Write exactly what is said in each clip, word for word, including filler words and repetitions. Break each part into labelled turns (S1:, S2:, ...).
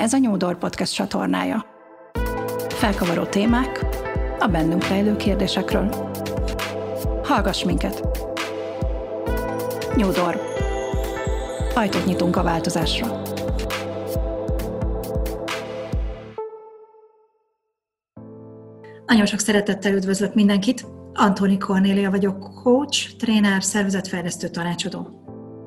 S1: Ez a New Door Podcast csatornája. Felkavaró témák a bennünk rejlő kérdésekről. Hallgass minket! New Door. Ajtót nyitunk a változásra. Nagyon sok szeretettel üdvözlök mindenkit. Antoni Kornélia vagyok, coach, tréner, szervezetfejlesztő tanácsadó.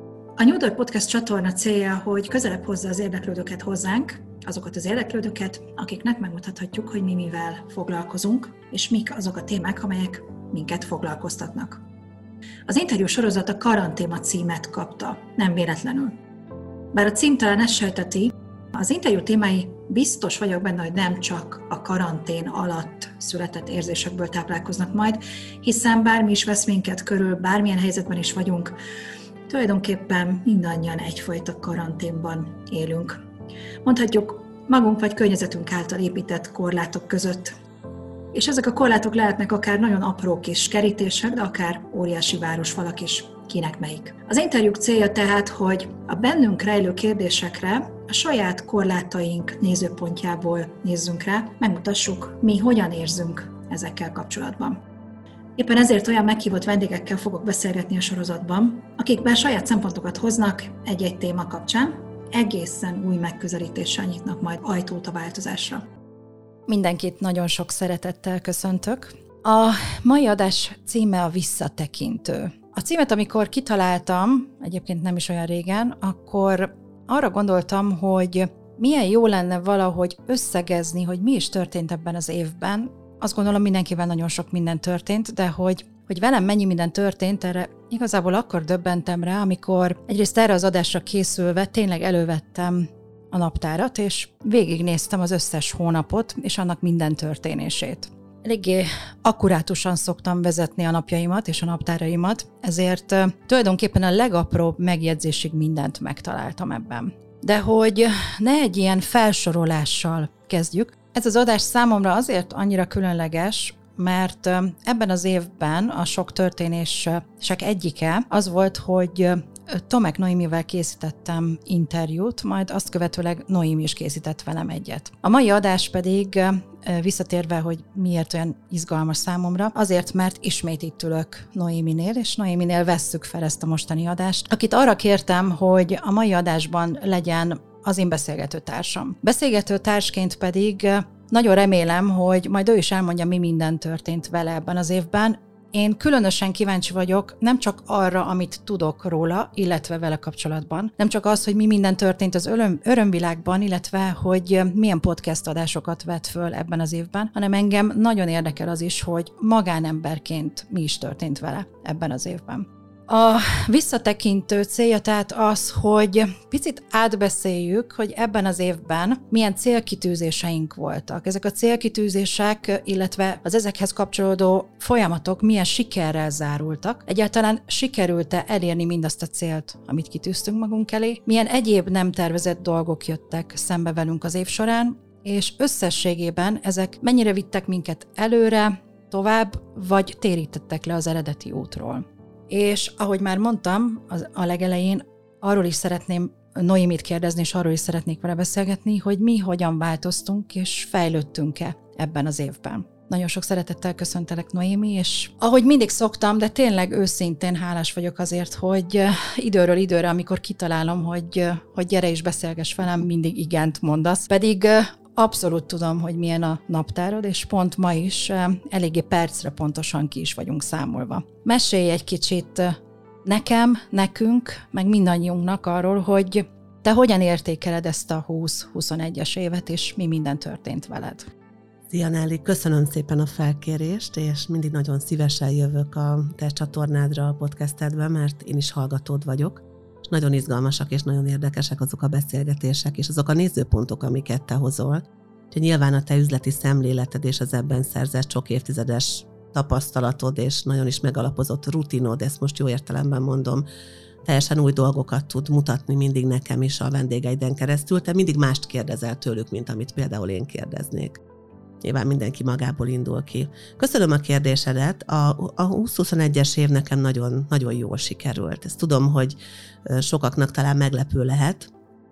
S1: A New Door Podcast csatorna célja, hogy közelebb hozza az érdeklődőket hozzánk, azokat az érdeklődőket, akiknek megmutathatjuk, hogy mi mivel foglalkozunk, és mik azok a témák, amelyek minket foglalkoztatnak. Az interjú sorozat a Karantéma címet kapta, nem véletlenül. Bár a cím talán ezt sejteti, az interjú témái biztos vagyok benne, hogy nem csak a karantén alatt született érzésekből táplálkoznak majd, hiszen bármi is vesz minket körül, bármilyen helyzetben is vagyunk, tulajdonképpen mindannyian egyfajta karanténban élünk. Mondhatjuk, magunk vagy környezetünk által épített korlátok között. És ezek a korlátok lehetnek akár nagyon apró kis kerítések, de akár óriási városfalak is, kinek melyik. Az interjúk célja tehát, hogy a bennünk rejlő kérdésekre a saját korlátaink nézőpontjából nézzünk rá, megmutassuk, mi hogyan érzünk ezekkel kapcsolatban. Éppen ezért olyan meghívott vendégekkel fogok beszélgetni a sorozatban, akik bár saját szempontokat hoznak egy-egy téma kapcsán, egészen új megközelítéssel nyitnak majd ajtót a változásra. Mindenkit nagyon sok szeretettel köszöntök. A mai adás címe a Visszatekintő. A címet, amikor kitaláltam, egyébként nem is olyan régen, akkor arra gondoltam, hogy milyen jó lenne valahogy összegezni, hogy mi is történt ebben az évben. Azt gondolom, mindenkivel nagyon sok minden történt, de hogy, hogy velem mennyi minden történt, erre igazából akkor döbbentem rá, amikor egyrészt erre az adásra készülve tényleg elővettem a naptárat, és végignéztem az összes hónapot, és annak minden történését. Eléggé akkurátusan szoktam vezetni a napjaimat és a naptáraimat, ezért tulajdonképpen a legapróbb megjegyzésig mindent megtaláltam ebben. De hogy ne egy ilyen felsorolással kezdjük, ez az adás számomra azért annyira különleges, mert ebben az évben a sok történések egyike az volt, hogy Tomek Noémivel készítettem interjút, majd azt követőleg Noémi is készített velem egyet. A mai adás pedig visszatérve, hogy miért olyan izgalmas számomra, azért, mert ismét itt ülök Noéminél, és Noéminél vesszük fel ezt a mostani adást, akit arra kértem, hogy a mai adásban legyen az én beszélgető társam. Beszélgető társként pedig nagyon remélem, hogy majd ő is elmondja, mi minden történt vele ebben az évben. Én különösen kíváncsi vagyok nem csak arra, amit tudok róla, illetve vele kapcsolatban, nem csak az, hogy mi minden történt az öröm, örömvilágban, illetve hogy milyen podcast adásokat vett föl ebben az évben, hanem engem nagyon érdekel az is, hogy magánemberként mi is történt vele ebben az évben. A visszatekintő célja tehát az, hogy picit átbeszéljük, hogy ebben az évben milyen célkitűzéseink voltak. Ezek a célkitűzések, illetve az ezekhez kapcsolódó folyamatok milyen sikerrel zárultak. Egyáltalán sikerült-e elérni mindazt a célt, amit kitűztünk magunk elé? Milyen egyéb nem tervezett dolgok jöttek szembe velünk az év során, és összességében ezek mennyire vittek minket előre, tovább, vagy térítettek le az eredeti útról. És ahogy már mondtam az, a legelején, arról is szeretném Noémit kérdezni, és arról is szeretnék vele beszélgetni, hogy mi hogyan változtunk, és fejlődtünk-e ebben az évben. Nagyon sok szeretettel köszöntelek, Noémi, és ahogy mindig szoktam, de tényleg őszintén hálás vagyok azért, hogy időről időre, amikor kitalálom, hogy, hogy gyere és beszélgess velem, mindig igent mondasz. Pedig abszolút tudom, hogy milyen a naptárod, és pont ma is eléggé percre pontosan ki is vagyunk számolva. Mesélj egy kicsit nekem, nekünk, meg mindannyiunknak arról, hogy te hogyan értékeled ezt a húsz-huszonegyes évet, és mi minden történt veled.
S2: Szia Nelly, köszönöm szépen a felkérést, és mindig nagyon szívesen jövök a te csatornádra, a podcastedbe, mert én is hallgatód vagyok. Nagyon izgalmasak és nagyon érdekesek azok a beszélgetések, és azok a nézőpontok, amiket te hozol. Úgyhogy nyilván a te üzleti szemléleted és az ebben szerzett sok évtizedes tapasztalatod és nagyon is megalapozott rutinod, ezt most jó értelemben mondom, teljesen új dolgokat tud mutatni mindig nekem is a vendégeiden keresztül. Te mindig mást kérdezel tőlük, mint amit például én kérdeznék. Nyilván mindenki magából indul ki. Köszönöm a kérdésedet. A, a húsz-huszonegyes év nekem nagyon, nagyon jól sikerült. Ezt tudom, hogy sokaknak talán meglepő lehet.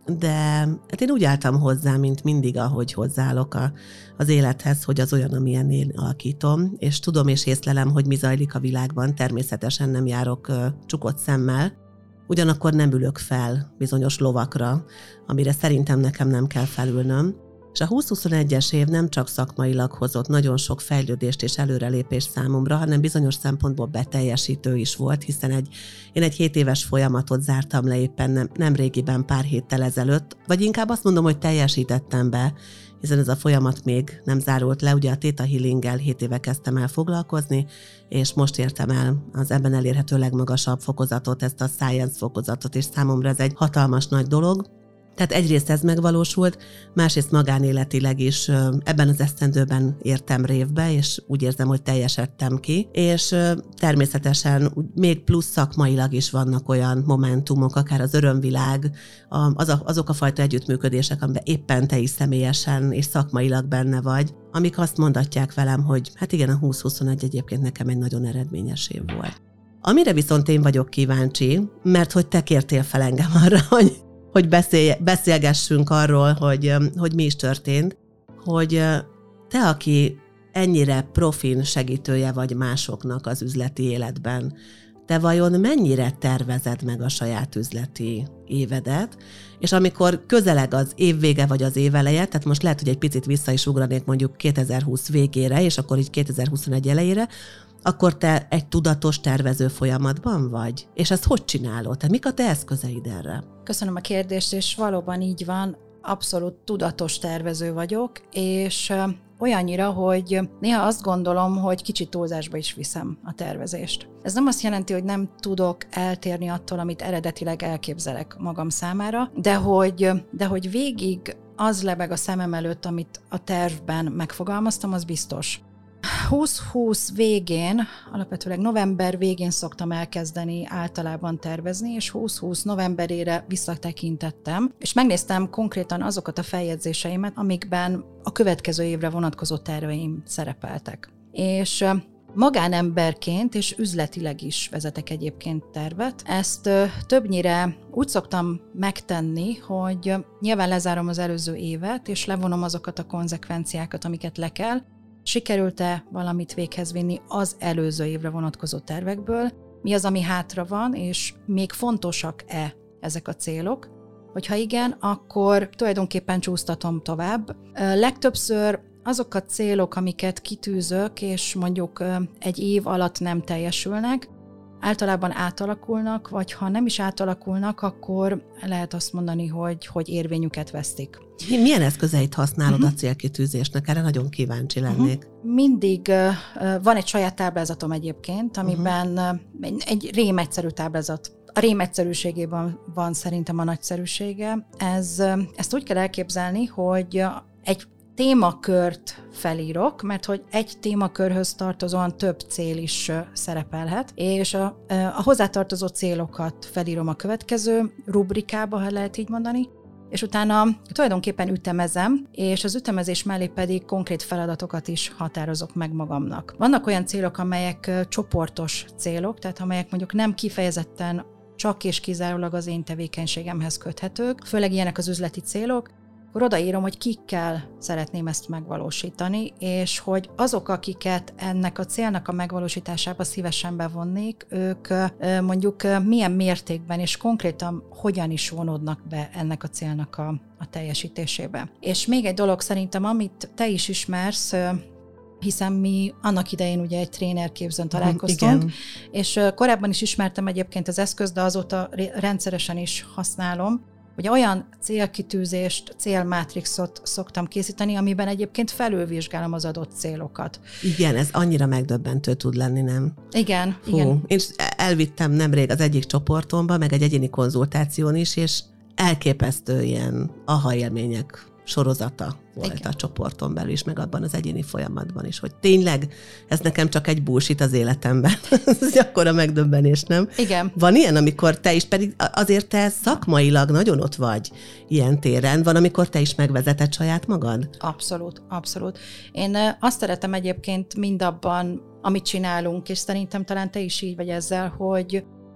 S2: de hát én úgy álltam hozzá, mint mindig, ahogy hozzáállok a, az élethez, hogy az olyan, amilyen én alakítom, és tudom és észlelem, hogy mi zajlik a világban, természetesen nem járok uh, csukott szemmel, ugyanakkor nem ülök fel bizonyos lovakra, amire szerintem nekem nem kell felülnöm. És a húsz-huszonegyes év nem csak szakmailag hozott nagyon sok fejlődést és előrelépést számomra, hanem bizonyos szempontból beteljesítő is volt, hiszen egy, én egy hét éves folyamatot zártam le éppen nem, nem régiben, pár héttel ezelőtt, vagy inkább azt mondom, hogy teljesítettem be, hiszen ez a folyamat még nem zárult le. Ugye a Theta Healinggel hét éve kezdtem el foglalkozni, és most értem el az ebben elérhető legmagasabb fokozatot, ezt a science fokozatot, és számomra ez egy hatalmas nagy dolog. Tehát egyrészt ez megvalósult, másrészt magánéletileg is ebben az esztendőben értem révbe, és úgy érzem, hogy teljesedtem ki, és természetesen még plusz szakmailag is vannak olyan momentumok, akár az örömvilág, azok a fajta együttműködések, amiben éppen te is személyesen és szakmailag benne vagy, amik azt mondatják velem, hogy hát igen, a húsz-huszonegy egyébként nekem egy nagyon eredményes év volt. Amire viszont én vagyok kíváncsi, mert hogy te kértél fel engem arra, hogy hogy beszélj, beszélgessünk arról, hogy, hogy mi is történt, hogy te, aki ennyire profin segítője vagy másoknak az üzleti életben, te vajon mennyire tervezed meg a saját üzleti évedet, és amikor közeleg az évvége vagy az éveleje, tehát most lehet, hogy egy picit vissza is ugranék mondjuk kétezer-húsz végére, és akkor így kétezer-huszonegy elejére, akkor te egy tudatos tervező folyamatban vagy? És ezt hogy csinálod? Tehát mik a te eszközeid erre?
S1: Köszönöm a kérdést, és valóban így van, abszolút tudatos tervező vagyok, és olyannyira, hogy néha azt gondolom, hogy kicsit túlzásba is viszem a tervezést. Ez nem azt jelenti, hogy nem tudok eltérni attól, amit eredetileg elképzelek magam számára, de hogy, de hogy végig az lebeg a szemem előtt, amit a tervben megfogalmaztam, az biztos. húsz-húsz végén, alapvetőleg november végén szoktam elkezdeni általában tervezni, és húsz-húsz novemberére visszatekintettem, és megnéztem konkrétan azokat a feljegyzéseimet, amikben a következő évre vonatkozó terveim szerepeltek. És magánemberként és üzletileg is vezetek egyébként tervet. Ezt többnyire úgy szoktam megtenni, hogy nyilván lezárom az előző évet, és levonom azokat a konzekvenciákat, amiket le kell. Sikerült-e valamit véghez vinni az előző évre vonatkozó tervekből? Mi az, ami hátra van, és még fontosak-e ezek a célok? Hogyha igen, akkor tulajdonképpen csúsztatom tovább. Legtöbbször azok a célok, amiket kitűzök, és mondjuk egy év alatt nem teljesülnek, általában átalakulnak, vagy ha nem is átalakulnak, akkor lehet azt mondani, hogy, hogy érvényüket vesztik.
S2: Milyen egyszközeit használod uh-huh. a célkitűzésnek? Erre nagyon kíváncsi lennék.
S1: Uh-huh. Mindig uh, van egy saját táblázatom egyébként, amiben uh-huh. egy, egy rémegyszerű táblázat. A rém egyszerűségében van szerintem a nagyszerűsége. Ez, ezt úgy kell elképzelni, hogy egy témakört felírok, mert hogy egy témakörhöz tartozóan több cél is szerepelhet, és a, a hozzátartozó célokat felírom a következő rubrikába, ha lehet így mondani, és utána tulajdonképpen ütemezem, és az ütemezés mellé pedig konkrét feladatokat is határozok meg magamnak. Vannak olyan célok, amelyek csoportos célok, tehát amelyek mondjuk nem kifejezetten csak és kizárólag az én tevékenységemhez köthetők, főleg ilyenek az üzleti célok, akkor odaírom, hogy kikkel szeretném ezt megvalósítani, és hogy azok, akiket ennek a célnak a megvalósításába szívesen bevonnék, ők mondjuk milyen mértékben és konkrétan hogyan is vonódnak be ennek a célnak a, a teljesítésébe. És még egy dolog szerintem, amit te is ismersz, hiszen mi annak idején ugye egy trénerképzőn találkoztunk, igen. És korábban is ismertem egyébként az eszközt, de azóta rendszeresen is használom, hogy olyan célkitűzést, célmátrixot szoktam készíteni, amiben egyébként felülvizsgálom az adott célokat.
S2: Igen, ez annyira megdöbbentő tud lenni, nem?
S1: Igen,
S2: Hú,
S1: igen.
S2: Én elvittem nemrég az egyik csoportomba, meg egy egyéni konzultáción is, és elképesztő ilyen aha élmények sorozata volt igen. a csoporton belül is, meg abban az egyéni folyamatban is, hogy tényleg ez nekem csak egy bullshit az életemben. Ez akkora megdöbbenés, nem?
S1: Igen.
S2: Van ilyen, amikor te is, pedig azért te szakmailag nagyon ott vagy ilyen téren, van, amikor te is megvezeted saját magad?
S1: Abszolút, abszolút. Én azt szeretem egyébként mindabban, amit csinálunk, és szerintem talán te is így vagy ezzel, hogy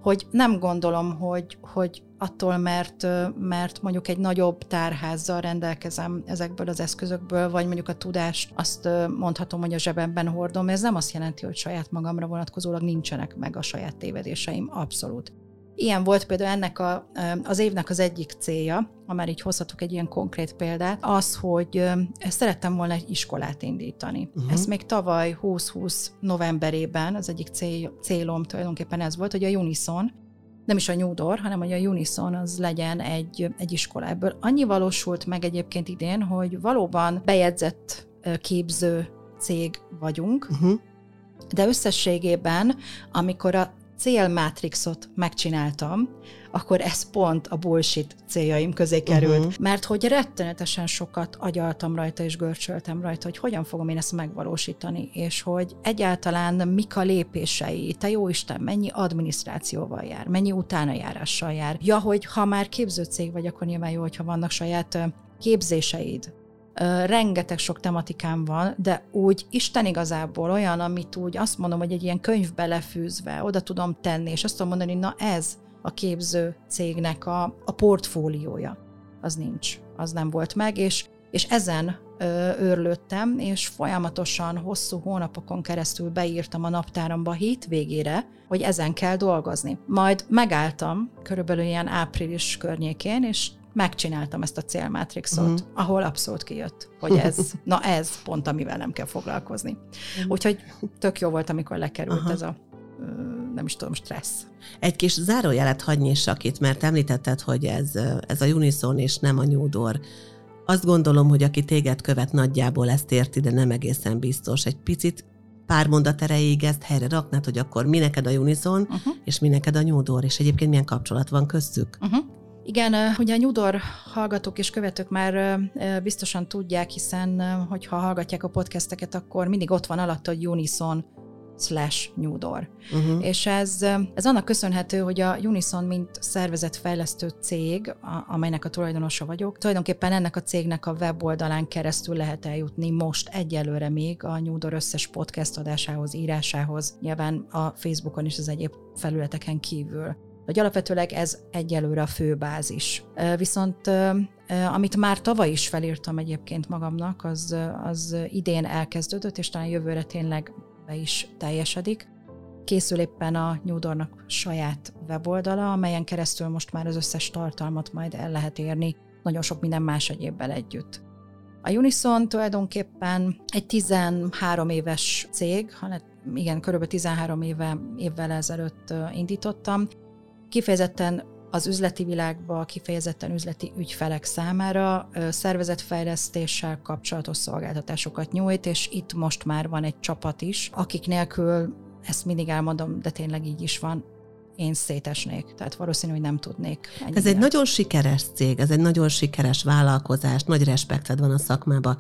S3: hogy nem gondolom, hogy, hogy attól, mert, mert mondjuk egy nagyobb tárházzal rendelkezem ezekből az eszközökből, vagy mondjuk a tudást, azt mondhatom, hogy a zsebemben hordom, ez nem azt jelenti, hogy saját magamra vonatkozólag nincsenek meg a saját tévedéseim, abszolút. Ilyen volt például ennek a, az évnek az egyik célja, ha már így hozhatok egy ilyen konkrét példát, az, hogy szerettem volna egy iskolát indítani. Uh-huh. Ez még tavaly húsz-húsz novemberében az egyik cél, célom tulajdonképpen ez volt, hogy a Unison, nem is a Newdoor, hanem hogy a Unison az legyen egy, egy iskola. Ebből annyi valósult meg egyébként idén, hogy valóban bejegyzett képző cég vagyunk, uh-huh. de összességében, amikor a célmátrixot megcsináltam, akkor ez pont a bullshit céljaim közé került. Uh-huh. Mert hogy rettenetesen sokat agyaltam rajta és görcsöltem rajta, hogy hogyan fogom én ezt megvalósítani, és hogy egyáltalán mik a lépései, te jóisten, mennyi adminisztrációval jár, mennyi utánajárással jár. Ja, hogy ha már képzőcég vagy, akkor nyilván jó, hogyha vannak saját képzéseid. Uh, rengeteg sok tematikám van, de úgy Isten igazából olyan, amit úgy azt mondom, hogy egy ilyen könyvbe lefűzve oda tudom tenni, és azt tudom mondani, hogy na ez a képző cégnek a, a portfóliója. Az nincs, az nem volt meg, és, és ezen uh, őrlődtem, és folyamatosan hosszú hónapokon keresztül beírtam a naptáramba hét végére, hogy ezen kell dolgozni. Majd megálltam körülbelül ilyen április környékén, és megcsináltam ezt a célmátrixot, uh-huh. ahol abszolút kijött, hogy ez, na ez pont, amivel nem kell foglalkozni. Uh-huh. Úgyhogy tök jó volt, amikor lekerült uh-huh. ez a, nem is tudom, stressz.
S2: Egy kis zárójelet hadd nyissak itt, mert említetted, hogy ez, ez a Unison és nem a Newdoor. Azt gondolom, hogy aki téged követ, nagyjából ezt érti, de nem egészen biztos. Egy picit pár mondat erejéig ezt helyre raknád, hogy akkor mi neked a Unison, uh-huh. és mi neked a Newdoor, és egyébként milyen kapcsolat van köztük?
S3: Uh-huh. Igen, ugye a Newdoor hallgatók és követők már biztosan tudják, hiszen hogyha hallgatják a podcasteket, akkor mindig ott van alatt, hogy Unison slash Newdoor. Uh-huh. És ez, ez annak köszönhető, hogy a Unison, mint szervezetfejlesztő cég, amelynek a tulajdonosa vagyok, tulajdonképpen ennek a cégnek a weboldalán keresztül lehet eljutni most egyelőre még a Newdoor összes podcast adásához, írásához, nyilván a Facebookon és az egyéb felületeken kívül. Hogy alapvetőleg ez egyelőre a fő bázis. Viszont amit már tavaly is felírtam egyébként magamnak, az, az idén elkezdődött, és talán jövőre tényleg be is teljesedik. Készül éppen a Newdoornak saját weboldala, amelyen keresztül most már az összes tartalmat majd el lehet érni, nagyon sok minden más egyébbel együtt. A Unison tulajdonképpen egy tizenhárom éves cég, hanem igen, körülbelül tizenhárom éve, évvel ezelőtt indítottam, kifejezetten az üzleti világba, kifejezetten üzleti ügyfelek számára szervezetfejlesztéssel kapcsolatos szolgáltatásokat nyújt, és itt most már van egy csapat is, akik nélkül, ezt mindig elmondom, de tényleg így is van, én szétesnék, tehát valószínű, hogy nem tudnék.
S2: Ez egy nagyon sikeres cég, ez egy nagyon sikeres vállalkozás, nagy respekted van a szakmában.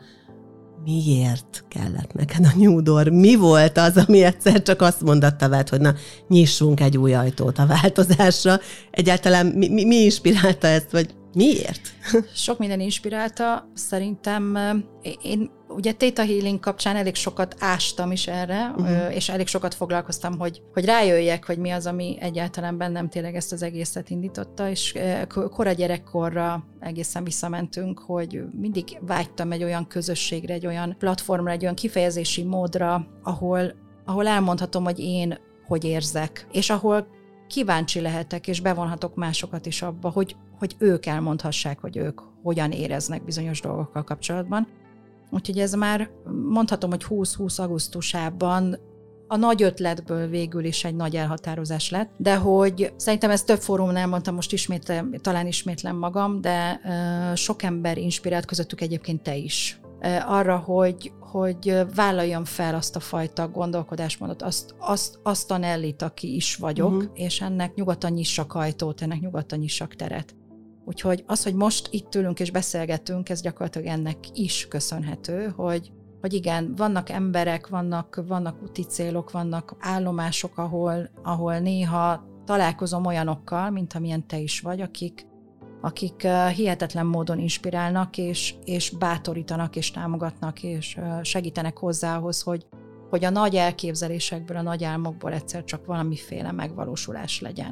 S2: Miért kellett neked a Newdoor? Mi volt az, ami egyszer csak azt mondatta veled, hogy na, nyissunk egy új ajtót a változásra? Egyáltalán mi, mi, mi inspirálta ezt, vagy miért?
S3: Sok minden inspirálta. Szerintem én ugye Theta Healing kapcsán elég sokat ástam is erre, uh-huh. és elég sokat foglalkoztam, hogy, hogy rájöjjek, hogy mi az, ami egyáltalán bennem tényleg ezt az egészet indította, és kora gyerekkorra egészen visszamentünk, hogy mindig vágytam egy olyan közösségre, egy olyan platformra, egy olyan kifejezési módra, ahol, ahol elmondhatom, hogy én hogy érzek, és ahol kíváncsi lehetek, és bevonhatok másokat is abba, hogy, hogy ők elmondhassák, hogy ők hogyan éreznek bizonyos dolgokkal kapcsolatban. Úgyhogy ez már mondhatom, hogy húsz-húsz augusztusában a nagy ötletből végül is egy nagy elhatározás lett, de hogy szerintem ezt több fórumnál mondtam, most ismétlem, talán ismétlem magam, de uh, sok ember inspirált, közöttük egyébként te is. Uh, arra, hogy, hogy vállaljam fel azt a fajta gondolkodásmódot, azt, azt, azt a Nellit, aki is vagyok, uh-huh. és ennek nyugodtan nyissak ajtót, ennek nyugodtan nyissak teret. Úgyhogy az, hogy most itt ülünk és beszélgetünk, ez gyakorlatilag ennek is köszönhető, hogy, hogy igen, vannak emberek, vannak, vannak úti célok, vannak állomások, ahol, ahol néha találkozom olyanokkal, mint amilyen te is vagy, akik, akik hihetetlen módon inspirálnak, és, és bátorítanak, és támogatnak, és segítenek hozzá ahhoz, hogy, hogy a nagy elképzelésekből, a nagy álmokból egyszer csak valamiféle megvalósulás legyen.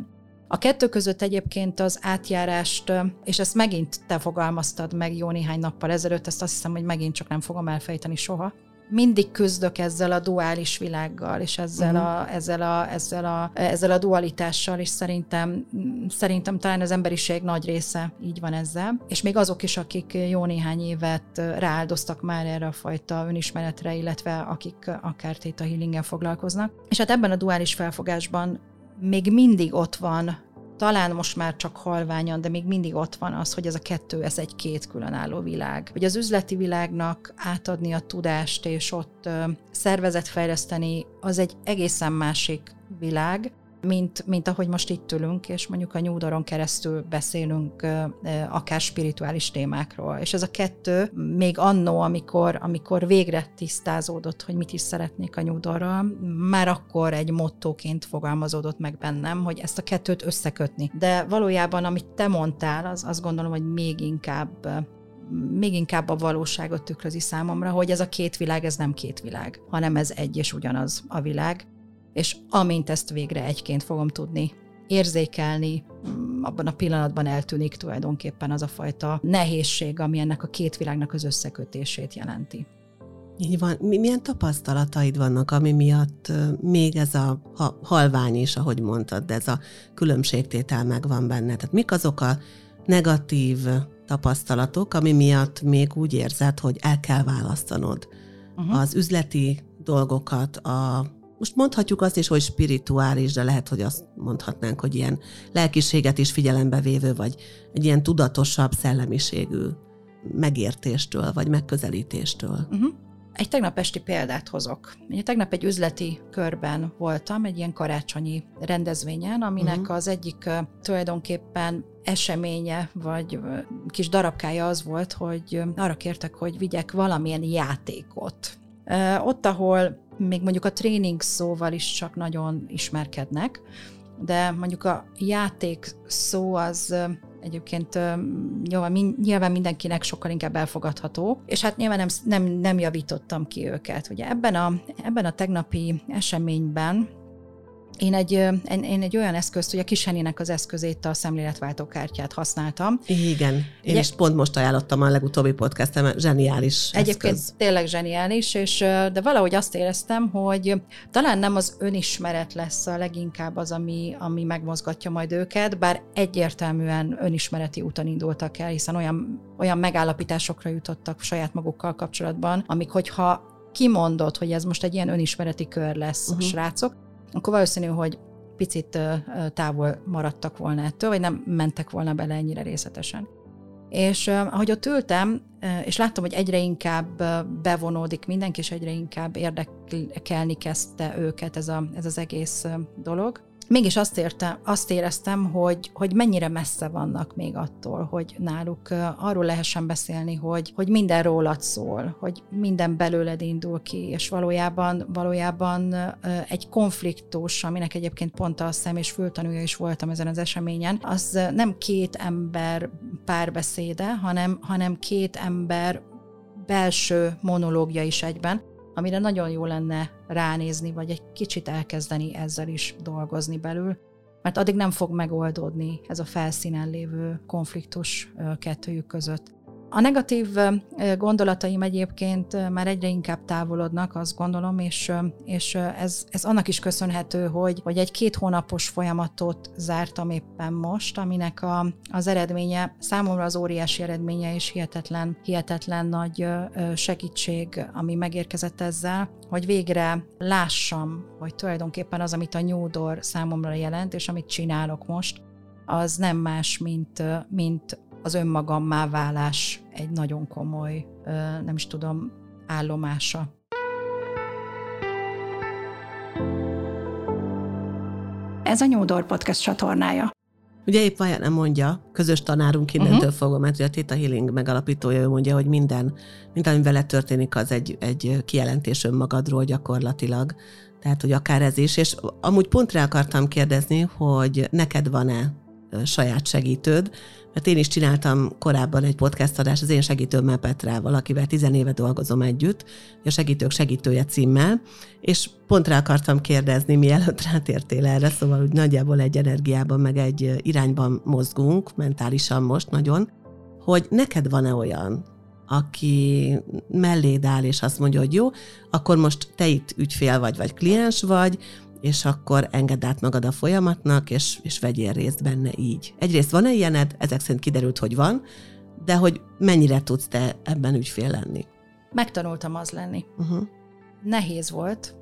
S3: A kettő között egyébként az átjárást, és ezt megint te fogalmaztad meg jó néhány nappal ezelőtt, ezt azt hiszem, hogy megint csak nem fogom elfejteni soha. Mindig küzdök ezzel a duális világgal, és ezzel, uh-huh. a, ezzel, a, ezzel, a, ezzel a dualitással, és szerintem, szerintem talán az emberiség nagy része így van ezzel. És még azok is, akik jó néhány évet rááldoztak már erre a fajta önismeretre, illetve akik akár theta healinggel foglalkoznak. És hát ebben a duális felfogásban még mindig ott van, talán most már csak halványan, de még mindig ott van az, hogy ez a kettő, ez egy két különálló világ. Hogy az üzleti világnak átadni a tudást, és ott ö, szervezet fejleszteni, az egy egészen másik világ, mint, mint ahogy most itt ülünk, és mondjuk a New Dooron keresztül beszélünk ö, ö, akár spirituális témákról. És ez a kettő még annó, amikor, amikor végre tisztázódott, hogy mit is szeretnék a New Doorral, már akkor egy mottóként fogalmazódott meg bennem, hogy ezt a kettőt összekötni. De valójában, amit te mondtál, az azt gondolom, hogy még inkább még inkább a valóságot tükrözi számomra, hogy ez a két világ, ez nem két világ, hanem ez egy és ugyanaz a világ. És amint ezt végre egyként fogom tudni érzékelni, abban a pillanatban eltűnik tulajdonképpen az a fajta nehézség, ami ennek a két világnak az összekötését jelenti.
S2: Így van. Milyen tapasztalataid vannak, ami miatt még ez a halvány is, ahogy mondtad, de ez a különbségtétel megvan benne? Tehát mik azok a negatív tapasztalatok, ami miatt még úgy érzed, hogy el kell választanod uh-huh. az üzleti dolgokat, a most mondhatjuk azt is, hogy spirituális, de lehet, hogy azt mondhatnánk, hogy ilyen lelkiséget is figyelembe vévő, vagy egy ilyen tudatosabb szellemiségű megértéstől, vagy megközelítéstől.
S3: Uh-huh. Egy tegnap esti példát hozok. Ugye tegnap egy üzleti körben voltam, egy ilyen karácsonyi rendezvényen, aminek uh-huh. az egyik uh, tulajdonképpen eseménye, vagy uh, kis darabkája az volt, hogy uh, arra kértek, hogy vigyek valamilyen játékot. Uh, ott, ahol még mondjuk a tréning szóval is csak nagyon ismerkednek, de mondjuk a játék szó az egyébként nyilván mindenkinek sokkal inkább elfogadható, és hát nyilván nem, nem, nem javítottam ki őket. Ugye ebben a, ebben a tegnapi eseményben Én egy, én egy olyan eszközt, hogy a Kis Henninek az eszközét, a szemléletváltó kártyát használtam.
S2: Igen, én Ugye, is pont most ajánlottam a legutóbbi podcastem, zseniális
S3: Egyébként
S2: eszköz.
S3: tényleg zseniális, és, de valahogy azt éreztem, hogy talán nem az önismeret lesz a leginkább az, ami, ami megmozgatja majd őket, bár egyértelműen önismereti úton indultak el, hiszen olyan, olyan megállapításokra jutottak saját magukkal kapcsolatban, amik hogyha kimondod, hogy ez most egy ilyen önismereti kör lesz, uh-huh. srácok, akkor valószínű, hogy picit távol maradtak volna ettől, vagy nem mentek volna bele ennyire részletesen. És ahogy ott ültem, és láttam, hogy egyre inkább bevonódik mindenki, és egyre inkább érdekelni kezdte őket ez, a, ez az egész dolog, mégis azt, értem, azt éreztem, hogy, hogy mennyire messze vannak még attól, hogy náluk arról lehessen beszélni, hogy, hogy minden rólad szól, hogy minden belőled indul ki, és valójában, valójában egy konfliktus, aminek egyébként pont a szem- és fültanúja is voltam ezen az eseményen, az nem két ember párbeszéde, hanem, hanem két ember belső monológia is egyben, amire nagyon jó lenne ránézni, vagy egy kicsit elkezdeni ezzel is dolgozni belül, mert addig nem fog megoldódni ez a felszínen lévő konfliktus kettőjük között. A negatív gondolataim egyébként már egyre inkább távolodnak, azt gondolom, és, és ez, ez annak is köszönhető, hogy, hogy egy két hónapos folyamatot zártam éppen most, aminek a, az eredménye, számomra az óriási eredménye és hihetetlen, hihetetlen nagy segítség, ami megérkezett ezzel, hogy végre lássam, hogy tulajdonképpen az, amit a New Door számomra jelent, és amit csinálok most, az nem más, mint, mint az önmagammá válás egy nagyon komoly, nem is tudom, állomása. Ez a New Door Podcast csatornája.
S2: Ugye épp Vajana mondja, közös tanárunk innentől uh-huh. fogva, mert a Theta Healing megalapítója, ő mondja, hogy minden, minden, ami veled történik, az egy, egy kijelentés önmagadról gyakorlatilag. Tehát, hogy akár ez is. És amúgy pont rá akartam kérdezni, hogy neked van-e saját segítőd, mert én is csináltam korábban egy podcast adást az én segítőmmel Petrával, akivel tizenéve dolgozom együtt, a Segítők segítője címmel, és pont rá akartam kérdezni, mielőtt rátértél erre, szóval úgy nagyjából egy energiában, meg egy irányban mozgunk, mentálisan most nagyon, hogy neked van-e olyan, aki melléd áll, és azt mondja, hogy jó, akkor most te itt ügyfél vagy, vagy kliens vagy, és akkor engedd át magad a folyamatnak, és, és vegyél részt benne így. Egyrészt van-e ilyened? Ezek szerint kiderült, hogy van, de hogy mennyire tudsz te ebben ügyfél lenni?
S3: Megtanultam az lenni. Uh-huh. Nehéz volt,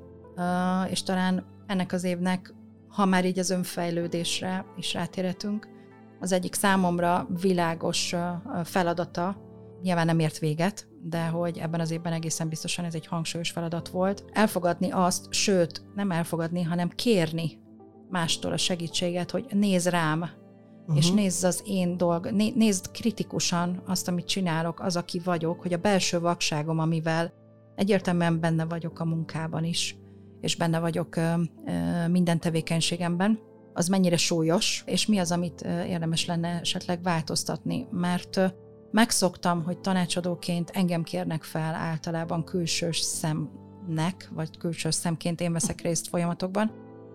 S3: és talán ennek az évnek, ha már így az önfejlődésre is rátérhetünk, az egyik számomra világos feladata, nyilván nem ért véget, de hogy ebben az évben egészen biztosan ez egy hangsúlyos feladat volt. Elfogadni azt, sőt, nem elfogadni, hanem kérni mástól a segítséget, hogy nézz rám, uh-huh. és nézz az én dolg, né, nézd kritikusan azt, amit csinálok, az, aki vagyok, hogy a belső vakságom, amivel egyértelműen benne vagyok a munkában is, és benne vagyok ö, ö, minden tevékenységemben, az mennyire súlyos, és mi az, amit ö, érdemes lenne esetleg változtatni, mert ö, megszoktam, hogy tanácsadóként engem kérnek fel általában külsős szemnek, vagy külsős szemként én veszek részt folyamatokban,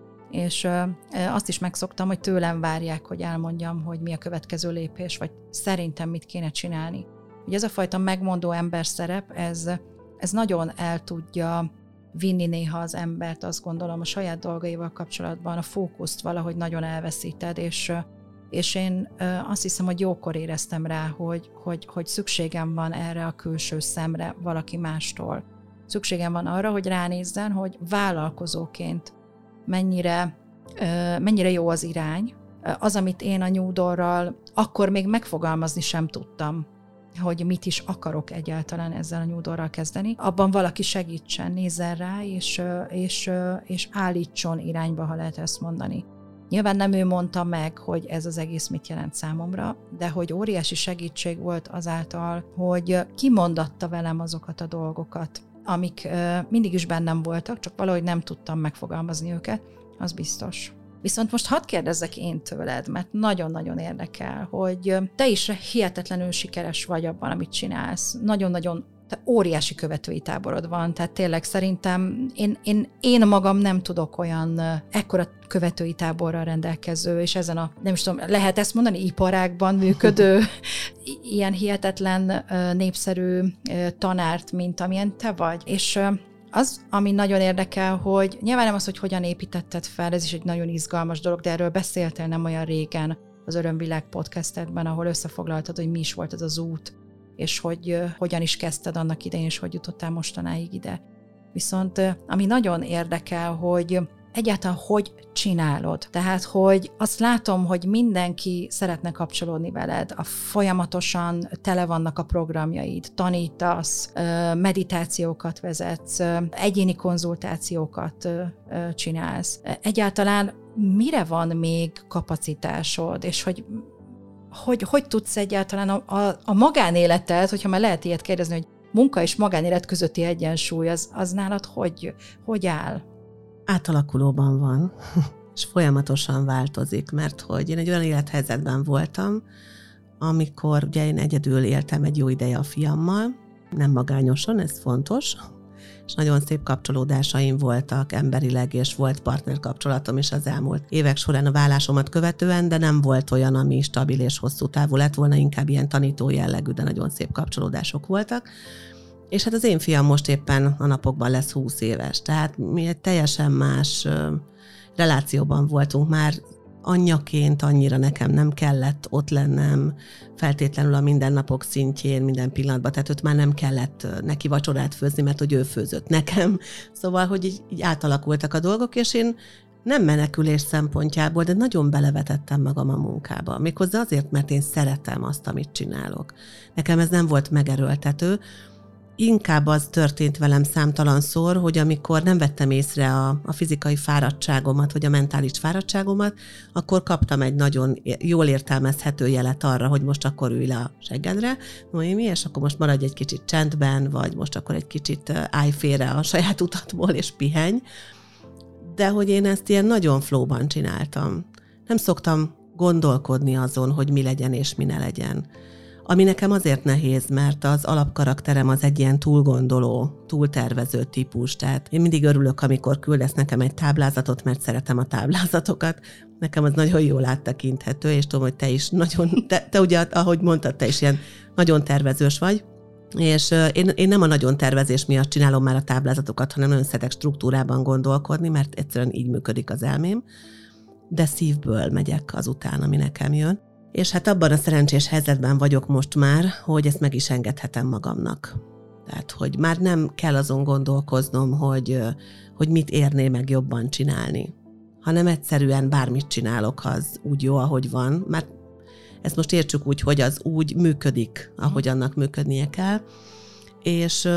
S3: és ö, azt is megszoktam, hogy tőlem várják, hogy elmondjam, hogy mi a következő lépés, vagy szerintem mit kéne csinálni. Ugye ez a fajta megmondó emberszerep, ez, ez nagyon el tudja vinni néha az embert, azt gondolom, a saját dolgaival kapcsolatban, a fókuszt valahogy nagyon elveszíted, és és én azt hiszem, hogy jókor éreztem rá, hogy, hogy, hogy szükségem van erre a külső szemre valaki mástól. Szükségem van arra, hogy ránézzen, hogy vállalkozóként mennyire, mennyire jó az irány. Az, amit én a Nyúdorral akkor még megfogalmazni sem tudtam, hogy mit is akarok egyáltalán ezzel a Nyúdorral kezdeni. Abban valaki segítsen, nézzen rá, és, és, és állítson irányba, ha lehet ezt mondani. Nyilván nem ő mondta meg, hogy ez az egész mit jelent számomra, de hogy óriási segítség volt azáltal, hogy kimondatta velem azokat a dolgokat, amik mindig is bennem voltak, csak valahogy nem tudtam megfogalmazni őket, az biztos. Viszont most hadd kérdezzek én tőled, mert nagyon-nagyon érdekel, hogy te is hihetetlenül sikeres vagy abban, amit csinálsz. Nagyon-nagyon óriási követői táborod van, tehát tényleg szerintem én, én, én magam nem tudok olyan ekkora követői táborral rendelkező, és ezen a, nem is tudom, lehet ezt mondani, iparágban működő, ilyen hihetetlen népszerű tanárt, mint amilyen te vagy. És az, ami nagyon érdekel, hogy nyilván nem az, hogy hogyan építetted fel, ez is egy nagyon izgalmas dolog, de erről beszéltél nem olyan régen az Örömvilág podcastedben, ahol összefoglaltad, hogy mi is volt ez az út, és hogy uh, hogyan is kezdted annak idején, és hogy jutottál mostanáig ide. Viszont uh, ami nagyon érdekel, hogy egyáltalán hogy csinálod. Tehát, hogy azt látom, hogy mindenki szeretne kapcsolódni veled, a folyamatosan tele vannak a programjaid, tanítasz, uh, meditációkat vezetsz, uh, egyéni konzultációkat uh, uh, csinálsz. Egyáltalán mire van még kapacitásod, és hogy Hogy, hogy tudsz egyáltalán a, a, a magánéleted, hogyha már lehet ilyet kérdezni, hogy munka és magánélet közötti egyensúly, az, az nálad hogy, hogy áll?
S2: Átalakulóban van, és folyamatosan változik, mert hogy én egy olyan élethelyzetben voltam, amikor ugye én egyedül éltem egy jó ideje a fiammal, nem magányosan, ez fontos, és nagyon szép kapcsolódásaim voltak emberileg, és volt partnerkapcsolatom is az elmúlt évek során a vállásomat követően, de nem volt olyan, ami stabil és hosszú távú lett volna, inkább ilyen tanító jellegű, de nagyon szép kapcsolódások voltak. És hát az én fiam most éppen a napokban lesz húsz éves, tehát mi egy teljesen más relációban voltunk már, anyjaként annyira nekem nem kellett ott lennem feltétlenül a mindennapok szintjén, minden pillanatban, tehát őt már nem kellett neki vacsorát főzni, mert hogy ő főzött nekem. Szóval, hogy így, így átalakultak a dolgok, és én nem menekülés szempontjából, de nagyon belevetettem magam a munkába. Méghozzá azért, mert én szeretem azt, amit csinálok. Nekem ez nem volt megerőltető. Inkább az történt velem számtalanszor, hogy amikor nem vettem észre a, a fizikai fáradtságomat, vagy a mentális fáradtságomat, akkor kaptam egy nagyon jól értelmezhető jelet arra, hogy most akkor ülj le a seggedre, mi, és akkor most maradj egy kicsit csendben, vagy most akkor egy kicsit állj félre a saját utatból, és pihenj. De hogy én ezt ilyen nagyon flowban csináltam. Nem szoktam gondolkodni azon, hogy mi legyen és mi ne legyen. Ami nekem azért nehéz, mert az alapkarakterem az egy ilyen túlgondoló, túltervező típus. Tehát én mindig örülök, amikor küldesz nekem egy táblázatot, mert szeretem a táblázatokat. Nekem az nagyon jól áttekinthető, és tudom, hogy te is nagyon, te, te ugye, ahogy mondtad, te is ilyen nagyon tervezős vagy. És én, én nem a nagyon tervezés miatt csinálom már a táblázatokat, hanem nagyon szeretek struktúrában gondolkodni, mert egyszerűen így működik az elmém. De szívből megyek azután, ami nekem jön. És hát abban a szerencsés helyzetben vagyok most már, hogy ezt meg is engedhetem magamnak. Tehát, hogy már nem kell azon gondolkoznom, hogy, hogy mit érné meg jobban csinálni, hanem egyszerűen bármit csinálok, az úgy jó, ahogy van. Mert ezt most értsük úgy, hogy az úgy működik, ahogy annak működnie kell. És,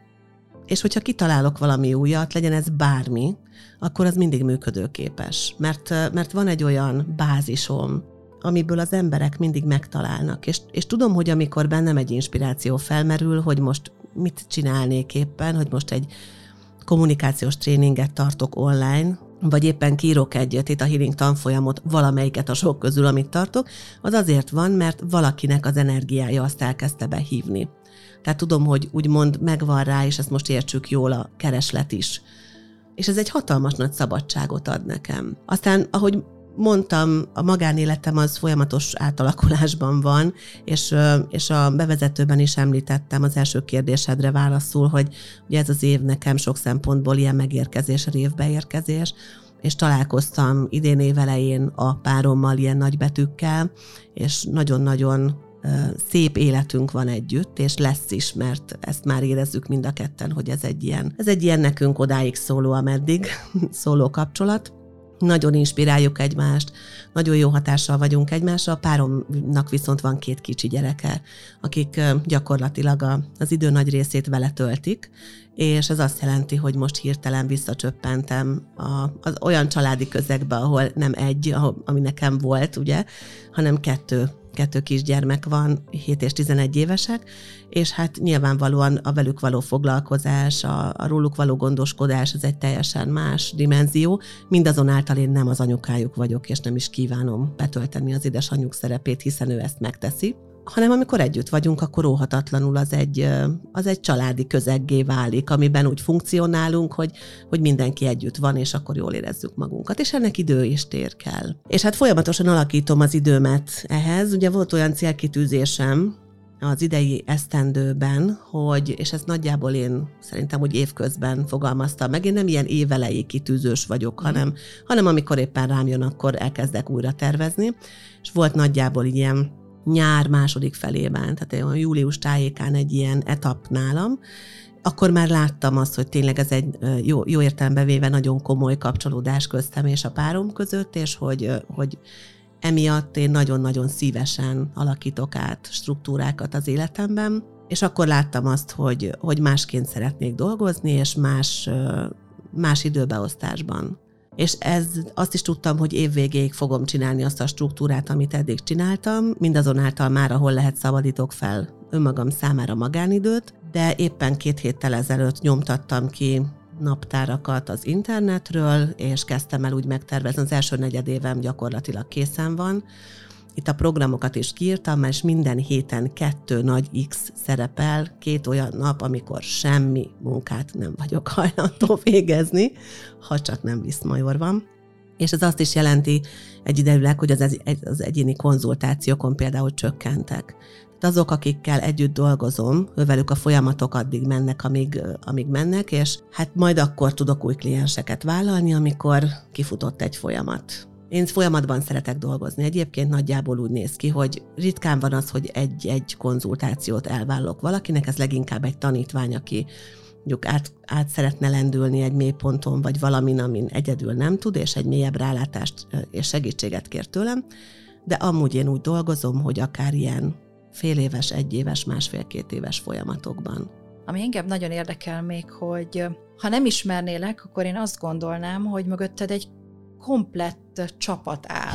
S2: és hogyha kitalálok valami újat, legyen ez bármi, akkor az mindig működőképes. Mert, mert van egy olyan bázisom, amiből az emberek mindig megtalálnak. És, és tudom, hogy amikor bennem egy inspiráció felmerül, hogy most mit csinálnék éppen, hogy most egy kommunikációs tréninget tartok online, vagy éppen kiírok egy Theta Healing tanfolyamot, valamelyiket a sok közül, amit tartok, az azért van, mert valakinek az energiája azt elkezdte behívni. Tehát tudom, hogy úgymond megvan rá, és ezt most értsük jól, a kereslet is. És ez egy hatalmas nagy szabadságot ad nekem. Aztán, ahogy mondtam, a magánéletem az folyamatos átalakulásban van, és, és a bevezetőben is említettem az első kérdésedre válaszul, hogy ugye ez az év nekem sok szempontból ilyen megérkezés, révbeérkezés, és találkoztam idén évelején a párommal ilyen nagybetűkkel, és nagyon-nagyon szép életünk van együtt, és lesz is, mert ezt már érezzük mind a ketten, hogy ez egy ilyen, ez egy ilyen nekünk odáig szóló, ameddig szóló kapcsolat. Nagyon inspiráljuk egymást, nagyon jó hatással vagyunk egymásra, a páromnak viszont van két kicsi gyereke, akik gyakorlatilag az idő nagy részét vele töltik, és ez azt jelenti, hogy most hirtelen visszacsöppentem a, az olyan családi közegbe, ahol nem egy, ami nekem volt, ugye, hanem kettő kettő kisgyermek van, hét és tizenegy évesek, és hát nyilvánvalóan a velük való foglalkozás, a, a róluk való gondoskodás, ez egy teljesen más dimenzió. Mindazonáltal én nem az anyukájuk vagyok, és nem is kívánom betölteni az édesanyjuk szerepét, hiszen ő ezt megteszi, hanem amikor együtt vagyunk, akkor óhatatlanul az egy, az egy családi közeggé válik, amiben úgy funkcionálunk, hogy, hogy mindenki együtt van, és akkor jól érezzük magunkat, és ennek idő és tér kell. És hát folyamatosan alakítom az időmet ehhez. Ugye volt olyan célkitűzésem az idei esztendőben, hogy, és ezt nagyjából én szerintem úgy évközben fogalmaztam meg, én nem ilyen évelei kitűzős vagyok, hanem, hanem amikor éppen rám jön, akkor elkezdek újra tervezni, és volt nagyjából ilyen nyár második felében, tehát olyan július tájékán egy ilyen etap nálam, akkor már láttam azt, hogy tényleg ez egy jó, jó értelembe véve nagyon komoly kapcsolódás köztem és a párom között, és hogy, hogy emiatt én nagyon-nagyon szívesen alakítok át struktúrákat az életemben, és akkor láttam azt, hogy, hogy másként szeretnék dolgozni, és más, más időbeosztásban. És ez, azt is tudtam, hogy évvégéig fogom csinálni azt a struktúrát, amit eddig csináltam, mindazonáltal már, ahol lehet, szabadítok fel önmagam számára magánidőt, de éppen két héttel ezelőtt nyomtattam ki naptárakat az internetről, és kezdtem el úgy megtervezni, az első negyedévem gyakorlatilag készen van. Itt a programokat is kiírtam, és minden héten kettő nagy X szerepel, két olyan nap, amikor semmi munkát nem vagyok hajlandó végezni, ha csak nem viszmajor van. És ez azt is jelenti egyidejűleg, hogy az, az egyéni konzultációkon például csökkentek. Tehát azok, akikkel együtt dolgozom, velük a folyamatok addig mennek, amíg, amíg mennek, és hát majd akkor tudok új klienseket vállalni, amikor kifutott egy folyamat. Én folyamatban szeretek dolgozni. Egyébként nagyjából úgy néz ki, hogy ritkán van az, hogy egy-egy konzultációt elvállalok valakinek, ez leginkább egy tanítvány, aki mondjuk át, át szeretne lendülni egy mélyponton, vagy valamin, amin egyedül nem tud, és egy mélyebb rálátást és segítséget kér tőlem, de amúgy én úgy dolgozom, hogy akár ilyen fél éves, egy éves, másfél-két éves folyamatokban.
S3: Ami engem nagyon érdekel még, hogy ha nem ismernélek, akkor én azt gondolnám, hogy mögötted egy komplett csapat áll.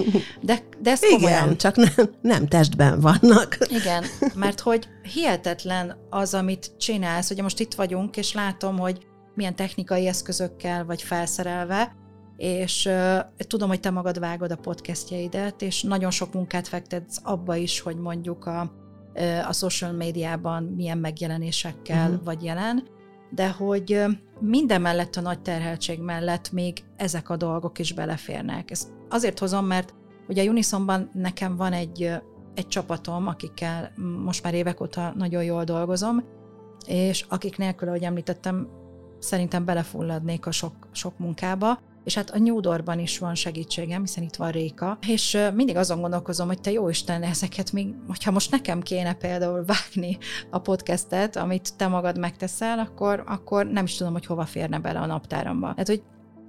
S3: De, de ez komolyan.
S2: Igen, csak nem, nem testben vannak.
S3: Igen, mert hogy hihetetlen az, amit csinálsz. Ugye most itt vagyunk, és látom, hogy milyen technikai eszközökkel vagy felszerelve, és uh, tudom, hogy te magad vágod a podcastjeidet, és nagyon sok munkát fektetsz abba is, hogy mondjuk a, a social médiában milyen megjelenésekkel uh-huh. vagy jelen, de hogy minden mellett, a nagy terheltség mellett még ezek a dolgok is beleférnek. Ezt azért hozom, mert ugye a Unisonban nekem van egy, egy csapatom, akikkel most már évek óta nagyon jól dolgozom, és akik nélkül, ahogy említettem, szerintem belefulladnék a sok, sok munkába, és hát a New Door-ban is van segítségem, hiszen itt van Réka, és mindig azon gondolkozom, hogy te jóisten, ezeket még, hogyha most nekem kéne például vágni a podcastet, amit te magad megteszel, akkor, akkor nem is tudom, hogy hova férne bele a naptáramba. Tehát, hogy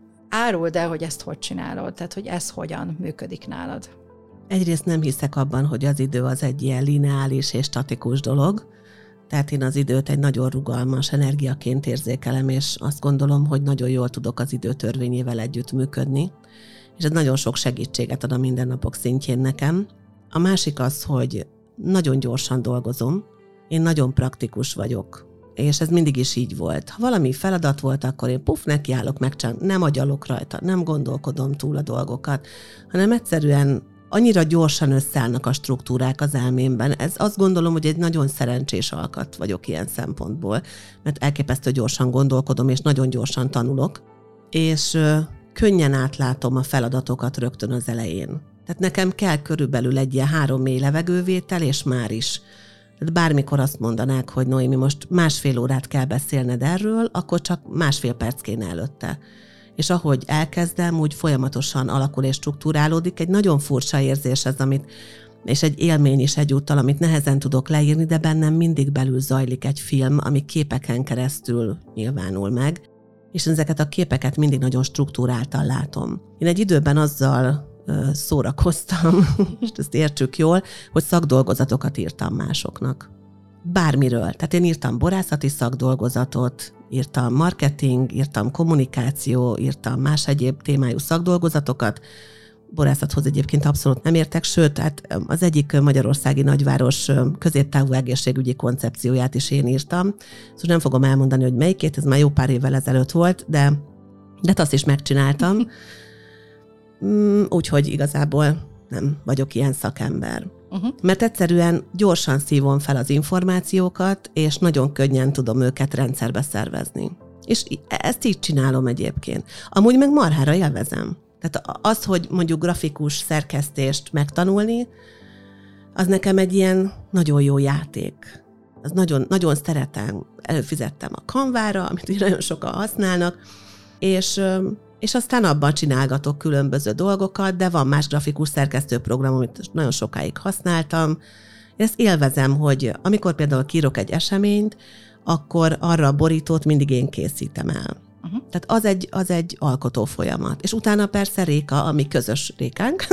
S3: áruld el, hogy ezt hogy csinálod, tehát, hogy ez hogyan működik nálad.
S2: Egyrészt nem hiszek abban, hogy az idő az egy ilyen lineáris és statikus dolog, tehát én az időt egy nagyon rugalmas energiaként érzékelem, és azt gondolom, hogy nagyon jól tudok az idő törvényével együtt működni, és ez nagyon sok segítséget ad a mindennapok szintjén nekem. A másik az, hogy nagyon gyorsan dolgozom, én nagyon praktikus vagyok, és ez mindig is így volt. Ha valami feladat volt, akkor én puf, nekiállok, megcsinálom, nem agyalok rajta, nem gondolkodom túl a dolgokat, hanem egyszerűen annyira gyorsan összeállnak a struktúrák az elmémben. Ez azt gondolom, hogy egy nagyon szerencsés alkat vagyok ilyen szempontból, mert elképesztő gyorsan gondolkodom, és nagyon gyorsan tanulok, és ö, könnyen átlátom a feladatokat rögtön az elején. Tehát nekem kell körülbelül egy ilyen három mély levegővétel, és már is. Tehát bármikor azt mondanák, hogy Noémi, most másfél órát kell beszélned erről, akkor csak másfél perc kéne előtte. És ahogy elkezdem, úgy folyamatosan alakul és struktúrálódik. Egy nagyon furcsa érzés ez, amit, és egy élmény is egyúttal, amit nehezen tudok leírni, de bennem mindig belül zajlik egy film, ami képeken keresztül nyilvánul meg, és ezeket a képeket mindig nagyon struktúráltan látom. Én egy időben azzal uh, szórakoztam, és ezt értsük jól, hogy szakdolgozatokat írtam másoknak. Bármiről. Tehát én írtam borászati szakdolgozatot, írtam marketing, írtam kommunikáció, írtam más egyéb témájú szakdolgozatokat. Borászathoz egyébként abszolút nem értek, sőt, hát az egyik magyarországi nagyváros középtávú egészségügyi koncepcióját is én írtam. Szóval nem fogom elmondani, hogy melyikét, ez már jó pár évvel ezelőtt volt, de, de azt is megcsináltam. Úgyhogy igazából nem vagyok ilyen szakember. Uh-huh. Mert egyszerűen gyorsan szívom fel az információkat, és nagyon könnyen tudom őket rendszerbe szervezni. És ezt így csinálom egyébként. Amúgy meg marhára élvezem. Tehát az, hogy mondjuk grafikus szerkesztést megtanulni, az nekem egy ilyen nagyon jó játék. Az nagyon, nagyon szeretem. Előfizettem a Canvára, amit nagyon sokan használnak, és... és aztán abban csinálgatok különböző dolgokat, de van más grafikus szerkesztőprogram, amit nagyon sokáig használtam. Ezt élvezem, hogy amikor például kírok egy eseményt, akkor arra a borítót mindig én készítem el. Uh-huh. Tehát az egy, az egy alkotó folyamat. És utána persze Réka, ami közös Rékánk,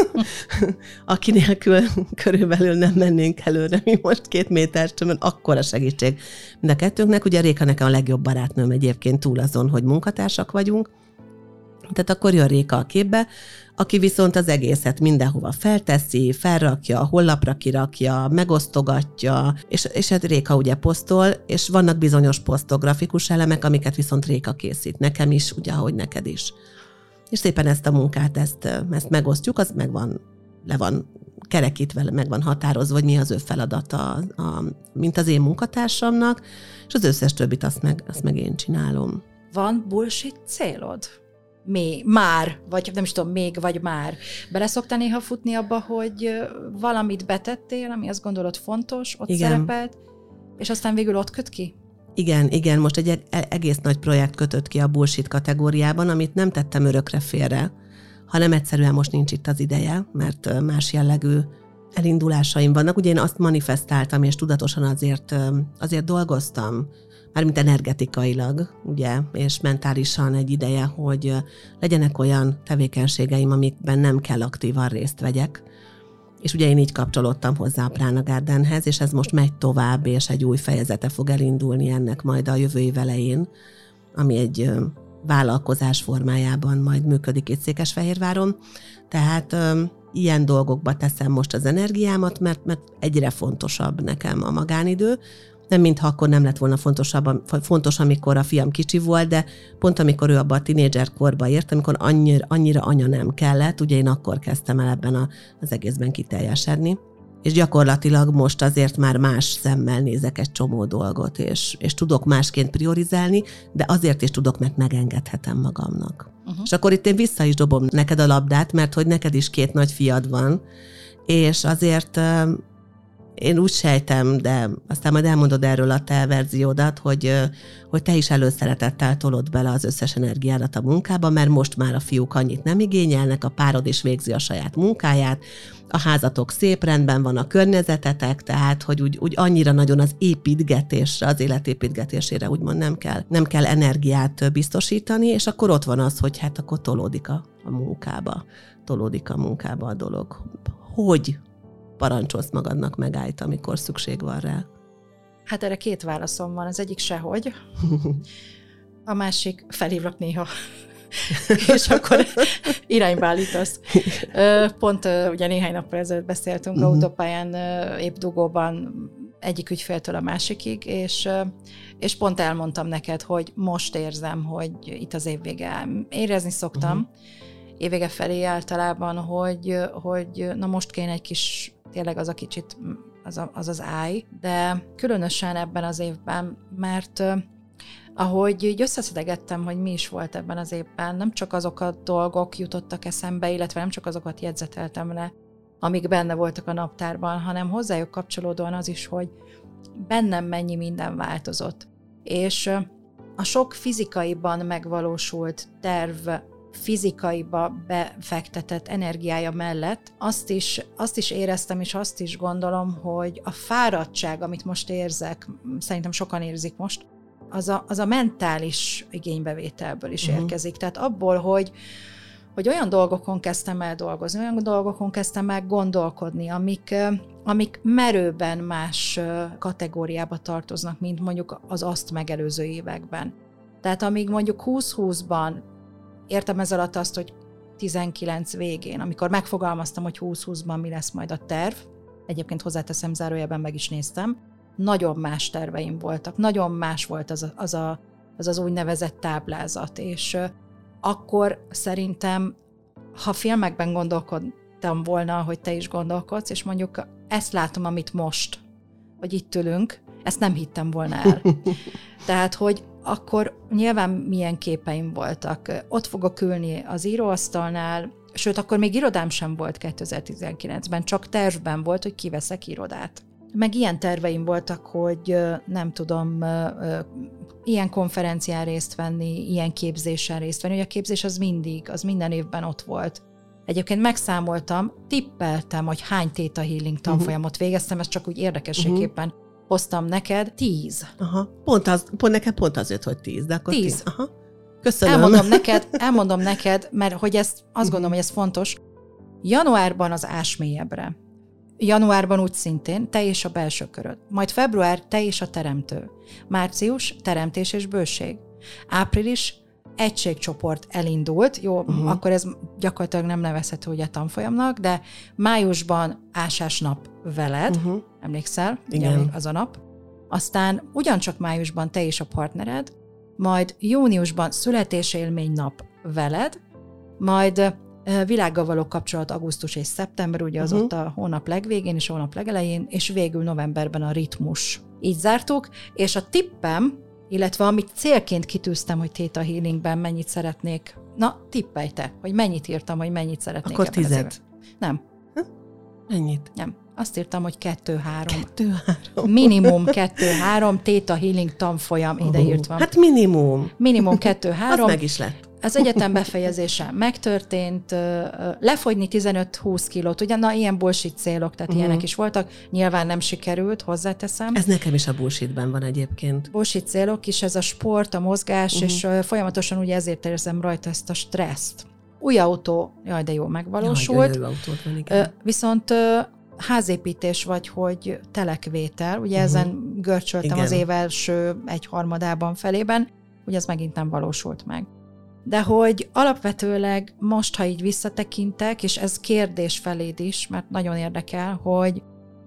S2: aki nélkül körülbelül nem mennénk előre, mi most két méter csömön, akkora segítség mind a kettőnknek. Ugye Réka nekem a legjobb barátnőm egyébként túl azon, hogy munkatársak vagyunk. Tehát akkor jön Réka a képbe, aki viszont az egészet mindenhova felteszi, felrakja, hollapra kirakja, megosztogatja, és, és hát Réka ugye posztol, és vannak bizonyos posztografikus elemek, amiket viszont Réka készít. Nekem is, ugye, ahogy neked is. És szépen ezt a munkát, ezt, ezt megosztjuk, az meg van, le van kerekítve, meg van határozva, hogy mi az ő feladata, a, mint az én munkatársamnak, és az összes többit azt meg, azt meg én csinálom.
S3: Van bullshit célod? Még, már, vagy nem is tudom, még, vagy már. Bele szoktál néha futni abba, hogy valamit betettél, ami azt gondolod fontos, ott igen. szerepelt, és aztán végül ott köt ki?
S2: Igen, igen, most egy egész nagy projekt kötött ki a bullshit kategóriában, amit nem tettem örökre félre, hanem egyszerűen most nincs itt az ideje, mert más jellegű elindulásaim vannak. Ugye én azt manifestáltam, és tudatosan azért, azért dolgoztam, mármint energetikailag, ugye, és mentálisan egy ideje, hogy legyenek olyan tevékenységeim, amikben nem kell aktívan részt vegyek. És ugye én így kapcsolódtam hozzá a Prana Gardenhez, és ez most megy tovább, és egy új fejezete fog elindulni ennek majd a jövő év elején, ami egy vállalkozás formájában majd működik itt Székesfehérváron. Tehát ilyen dolgokba teszem most az energiámat, mert, mert egyre fontosabb nekem a magánidő, Nem mintha akkor nem lett volna fontosabb, fontos, amikor a fiam kicsi volt, de pont amikor ő abba a tinédzser korba ért, amikor annyira, annyira anya nem kellett, ugye én akkor kezdtem el ebben a, az egészben kiteljesedni. És gyakorlatilag most azért már más szemmel nézek egy csomó dolgot, és, és tudok másként priorizálni, de azért is tudok, mert megengedhetem magamnak. Uh-huh. És akkor itt én vissza is dobom neked a labdát, mert hogy neked is két nagy fiad van, és azért én úgy sejtem, de aztán majd elmondod erről a te verziódat, hogy, hogy te is előszeretettel tolod bele az összes energiádat a munkába, mert most már a fiúk annyit nem igényelnek, a párod is végzi a saját munkáját, a házatok szép rendben van, a környezetetek, tehát, hogy úgy, úgy annyira nagyon az építgetésre, az élet építgetésére úgymond nem kell, nem kell energiát biztosítani, és akkor ott van az, hogy hát akkor tolódik a, a munkába, tolódik a munkába a dolog. Hogy parancsolsz magadnak megállt, amikor szükség van rá?
S3: Hát erre két válaszom van. Az egyik sehogy, a másik felhívlak néha, és akkor irányba állítasz. Pont ugye néhány nappal ezelőtt beszéltünk uh-huh. autópályán, épp dugóban egyik ügyféltől a másikig, és, és pont elmondtam neked, hogy most érzem, hogy itt az évvége. Érezni szoktam, uh-huh. évvége felé általában, hogy, hogy na most kéne egy kis, tényleg az a kicsit, az a, az, az áj, de különösen ebben az évben, mert ahogy így összeszedegettem, hogy mi is volt ebben az évben, nem csak azok a dolgok jutottak eszembe, illetve nem csak azokat jegyzeteltem le, amik benne voltak a naptárban, hanem hozzájuk kapcsolódóan az is, hogy bennem mennyi minden változott. És a sok fizikaiban megvalósult terv, fizikaiba befektetett energiája mellett azt is, azt is éreztem, és azt is gondolom, hogy a fáradtság, amit most érzek, szerintem sokan érzik most, az a, az a mentális igénybevételből is uh-huh. érkezik. Tehát abból, hogy, hogy olyan dolgokon kezdtem el dolgozni, olyan dolgokon kezdtem el gondolkodni, amik, amik merőben más kategóriába tartoznak, mint mondjuk az azt megelőző években. Tehát amíg mondjuk húsz-húszban értem ez alatt azt, hogy tizenkilenc végén, amikor megfogalmaztam, hogy húsz-húszban mi lesz majd a terv, egyébként hozzáteszem, zárójelben meg is néztem, nagyon más terveim voltak, nagyon más volt az a, az, a, az, az úgynevezett táblázat, és uh, akkor szerintem, ha filmekben gondolkodtam volna, hogy te is gondolkodsz, és mondjuk ezt látom, amit most, hogy itt ülünk, ezt nem hittem volna el. Tehát, hogy akkor nyilván milyen képeim voltak. Ott fogok ülni az íróasztalnál, sőt, akkor még irodám sem volt kétezer-tizenkilencben, csak tervben volt, hogy kiveszek irodát. Meg ilyen terveim voltak, hogy nem tudom, ilyen konferencián részt venni, ilyen képzésen részt venni. Ugye a képzés az mindig, az minden évben ott volt. Egyébként megszámoltam, tippeltem, hogy hány Theta Healing tanfolyamot végeztem, ezt csak úgy érdekességképpen uh-huh. hoztam neked. Tíz. Aha.
S2: Pont, az, pont nekem pont azért, hogy tíz, de akkor tíz. tíz. Aha. Köszönöm.
S3: Elmondom neked, elmondom neked, mert hogy ezt, azt uh-huh. gondolom, hogy ez fontos. Januárban az ásmélyebbre. Januárban úgy szintén te és a belső köröd. Majd február te és a teremtő. Március teremtés és bőség. Április egységcsoport elindult, jó, uh-huh. akkor ez gyakorlatilag nem nevezhető ugye tanfolyamnak, de májusban ásásnap veled, uh-huh. emlékszel?
S2: Igen.
S3: Ugye, az a nap. Aztán ugyancsak májusban te és a partnered, majd júniusban születésélmény nap veled, majd világgal való kapcsolat augusztus és szeptember, ugye az uh-huh. ott a hónap legvégén és a hónap legelején, és végül novemberben a ritmus. Így zártuk, és a tippem, illetve amit célként kitűztem, hogy Theta Healingben mennyit szeretnék, na, tippelj te, hogy mennyit írtam, hogy mennyit szeretnék.
S2: Akkor tized.
S3: Nem.
S2: Ha? Mennyit?
S3: Nem. Azt írtam, hogy kettő-három.
S2: Kettő-három.
S3: Minimum kettő-három Theta Healing tanfolyam, uh-huh. ide írt van.
S2: Hát minimum.
S3: Minimum kettő-három.
S2: Az meg is lett.
S3: Az egyetem befejezése megtörtént, lefogyni tizenöt-húsz kilót, ugye, na, ilyen bullshit célok, tehát uh-huh. ilyenek is voltak, nyilván nem sikerült, hozzáteszem.
S2: Ez nekem is a bullshitben van egyébként.
S3: Bullshit célok is, ez a sport, a mozgás, uh-huh. és folyamatosan ugye ezért érzem rajta ezt a stresszt. Új autó, jaj, de jó, megvalósult.
S2: Jaj, autót van, igen.
S3: Viszont házépítés vagy, hogy telekvétel, ugye uh-huh. ezen görcsöltem igen. az év első egyharmadában felében, ugye ez megint nem valósult meg. De hogy alapvetőleg most, ha így visszatekintek, és ez kérdés feléd is, mert nagyon érdekel, hogy,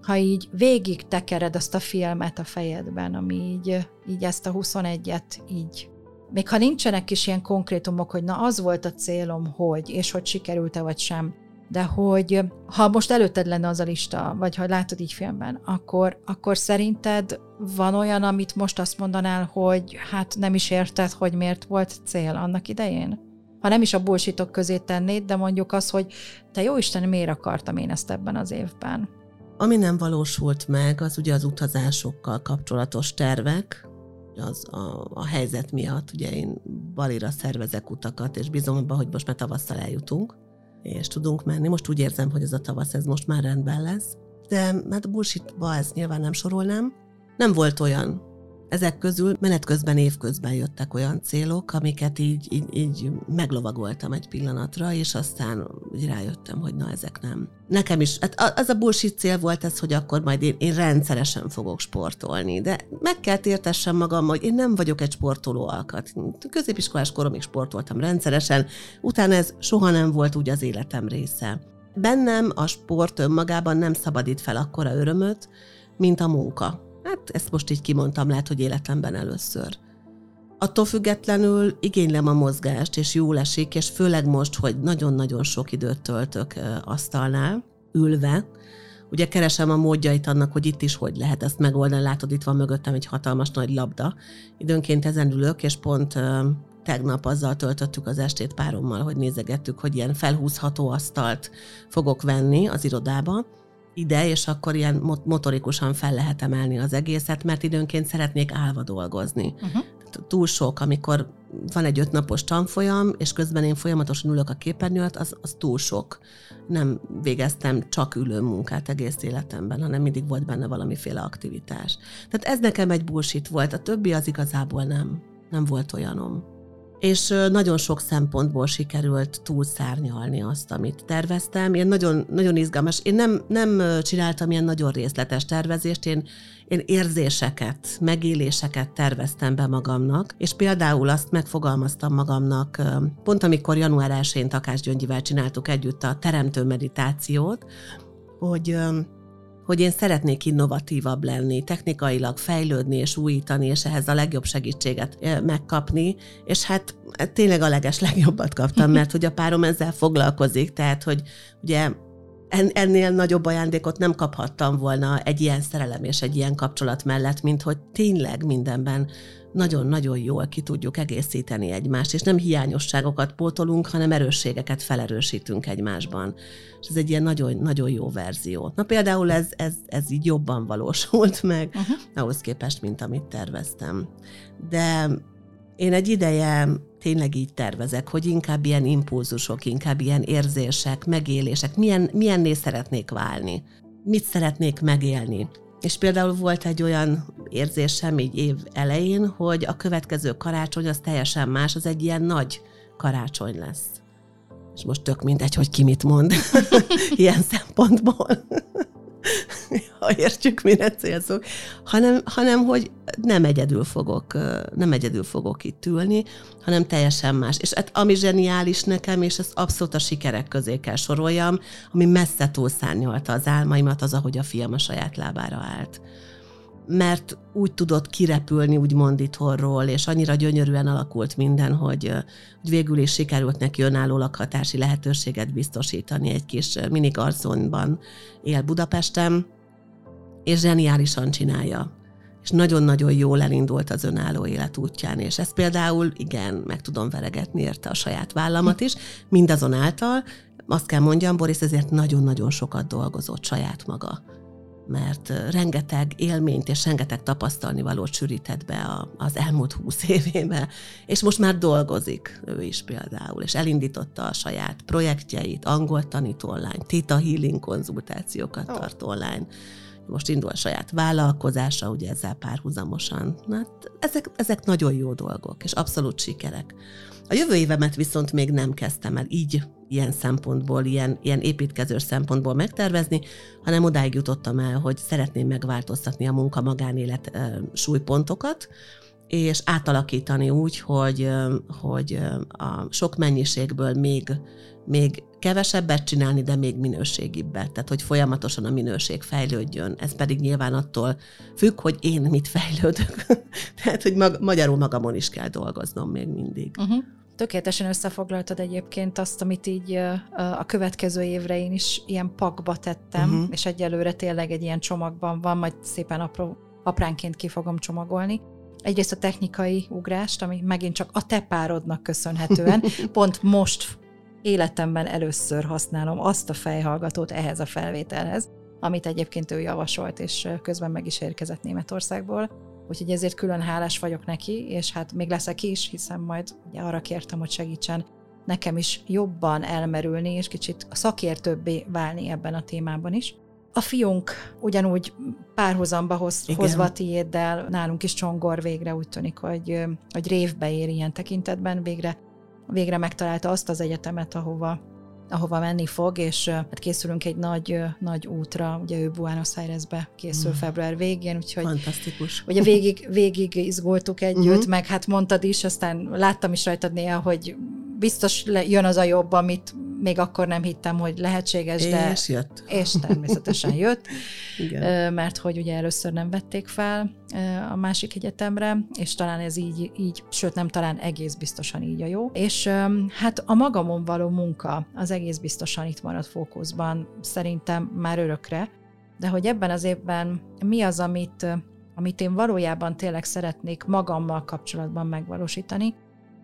S3: ha így végig tekered azt a filmet a fejedben, ami így, így ezt a huszonegyet így, még ha nincsenek is ilyen konkrétumok, hogy na az volt a célom, hogy, és hogy sikerült-e vagy sem, de hogy ha most előtted lenne az a lista, vagy ha látod így filmben, akkor, akkor szerinted van olyan, amit most azt mondanál, hogy hát nem is érted, hogy miért volt cél annak idején? Ha nem is a bullshitok közé tennéd, de mondjuk az, hogy te jóisten, miért akartam én ezt ebben az évben?
S2: Ami nem valósult meg, az ugye az utazásokkal kapcsolatos tervek, az a, a helyzet miatt. Ugye én Balira szervezek utakat, és bízom abban, hogy most már tavasszal eljutunk, és tudunk menni. Most úgy érzem, hogy ez a tavasz, ez most már rendben lesz. De hát a bullshitba ezt nyilván nem sorolnám. Nem volt olyan. Ezek közül menet közben, évközben jöttek olyan célok, amiket így, így, így meglovagoltam egy pillanatra, és aztán úgy rájöttem, hogy na, ezek nem. Nekem is, hát az a bullshit cél volt ez, hogy akkor majd én, én rendszeresen fogok sportolni, de meg kell értessem magam, hogy én nem vagyok egy sportoló alkat. Középiskolás koromig sportoltam rendszeresen, utána ez soha nem volt úgy az életem része. Bennem a sport önmagában nem szabadít fel akkora örömöt, mint a munka. Hát ezt most így kimondtam, lehet, hogy életemben először. Attól függetlenül igénylem a mozgást, és jól esik, és főleg most, hogy nagyon-nagyon sok időt töltök asztalnál, ülve. Ugye keresem a módjait annak, hogy itt is hogy lehet ezt megoldani. Látod, itt van mögöttem egy hatalmas nagy labda. Időnként ezen ülök, és pont tegnap azzal töltöttük az estét párommal, hogy nézegettük, hogy ilyen felhúzható asztalt fogok venni az irodába ide, és akkor ilyen motorikusan fel lehet emelni az egészet, mert időnként szeretnék állva dolgozni. Uh-huh. Túl sok, amikor van egy ötnapos tanfolyam, és közben én folyamatosan ülök a képernyő alatt, az, az túl sok. Nem végeztem csak ülő munkát egész életemben, hanem mindig volt benne valamiféle aktivitás. Tehát ez nekem egy bullshit volt, a többi az igazából nem, nem volt olyanom. És nagyon sok szempontból sikerült túlszárnyalni azt, amit terveztem. Én nagyon, nagyon izgalmas. Én nem, nem csináltam ilyen nagyon részletes tervezést, én, én érzéseket, megéléseket terveztem be magamnak, és például azt megfogalmaztam magamnak, pont amikor január elsején Takács Gyöngyivel csináltuk együtt a teremtő meditációt, hogy... hogy én szeretnék innovatívabb lenni, technikailag fejlődni és újítani, és ehhez a legjobb segítséget megkapni, és hát tényleg a leges legjobbat kaptam, mert hogy a párom ezzel foglalkozik, tehát hogy ugye ennél nagyobb ajándékot nem kaphattam volna egy ilyen szerelem és egy ilyen kapcsolat mellett, mint hogy tényleg mindenben nagyon-nagyon jól ki tudjuk egészíteni egymást, és nem hiányosságokat pótolunk, hanem erősségeket felerősítünk egymásban. És ez egy ilyen nagyon, nagyon jó verzió. Na például ez, ez, ez így jobban valósult meg, uh-huh. ahhoz képest, mint amit terveztem. De én egy ideje tényleg így tervezek, hogy inkább ilyen impulzusok, inkább ilyen érzések, megélések, milyen, milyenné szeretnék válni, mit szeretnék megélni. És például volt egy olyan érzésem így év elején, hogy a következő karácsony az teljesen más, az egy ilyen nagy karácsony lesz. És most tök mindegy, hogy ki mit mond ilyen szempontból. Ha értjük, mire célzok. Hanem, hanem, hogy nem egyedül fogok, nem egyedül fogok itt ülni, hanem teljesen más. És hát, ami zseniális nekem, és ezt abszolút a sikerek közé kell soroljam, ami messze túlszárnyalta az álmaimat, az, ahogy a fiam a saját lábára állt. Mert úgy tudott kirepülni, úgymond itthonról, és annyira gyönyörűen alakult minden, hogy, hogy végül is sikerült neki önálló lakhatási lehetőséget biztosítani, egy kis mini garzonban él Budapesten, és zseniálisan csinálja. És nagyon-nagyon jól elindult az önálló élet útján, és ez például, igen, meg tudom veregetni érte a saját vállamat is, mindazonáltal, azt kell mondjam, Boris ezért nagyon-nagyon sokat dolgozott saját maga, mert rengeteg élményt és rengeteg tapasztalnivalót sűrített be az elmúlt húsz évébe, és most már dolgozik ő is például, és elindította a saját projektjeit, angol tanít online, Theta Healing konzultációkat oh. tart online, most indul a saját vállalkozása, ugye ezzel párhuzamosan. Hát ezek, ezek nagyon jó dolgok, és abszolút sikerek. A jövő évemet viszont még nem kezdtem el így, ilyen szempontból, ilyen, ilyen építkezős szempontból megtervezni, hanem odáig jutottam el, hogy szeretném megváltoztatni a munka-magánélet e, súlypontokat, és átalakítani úgy, hogy, hogy a sok mennyiségből még, még kevesebbet csinálni, de még minőségibbet. Tehát, hogy folyamatosan a minőség fejlődjön. Ez pedig nyilván attól függ, hogy én mit fejlődök. Tehát, hogy mag, magyarul magamon is kell dolgoznom még mindig.
S3: Uh-huh. Tökéletesen összefoglaltad egyébként azt, amit így a következő évre én is ilyen pakba tettem, uh-huh. és egyelőre tényleg egy ilyen csomagban van, majd szépen apró, apránként ki fogom csomagolni. Egyrészt a technikai ugrást, ami megint csak a te párodnak köszönhetően, pont most életemben először használom azt a fejhallgatót ehhez a felvételhez, amit egyébként ő javasolt, és közben meg is érkezett Németországból. Úgyhogy ezért külön hálás vagyok neki, és hát még leszek is, hiszen majd ugye arra kértem, hogy segítsen nekem is jobban elmerülni, és kicsit szakértőbbé válni ebben a témában is. A fiunk ugyanúgy párhuzamba hoz, hozva a tiéddel, nálunk is csongor végre úgy tűnik, hogy, hogy révbe ér ilyen tekintetben, végre, végre megtalálta azt az egyetemet, ahova, ahova menni fog, és hát készülünk egy nagy, nagy útra, ugye ő Buenos Airesbe készül mm. február végén, úgyhogy
S2: fantasztikus.
S3: Ugye végig, végig izgultuk együtt, uh-huh. meg hát mondtad is, aztán láttam is rajtad néha, hogy biztos jön az a jobb, amit még akkor nem hittem, hogy lehetséges, de...
S2: És jött.
S3: És természetesen jött,
S2: Igen.
S3: mert hogy ugye először nem vették fel a másik egyetemre, és talán ez így, így, sőt nem talán egész biztosan így a jó. És hát a magamon való munka az egész biztosan itt marad fókuszban, szerintem már örökre, de hogy ebben az évben mi az, amit, amit én valójában tényleg szeretnék magammal kapcsolatban megvalósítani,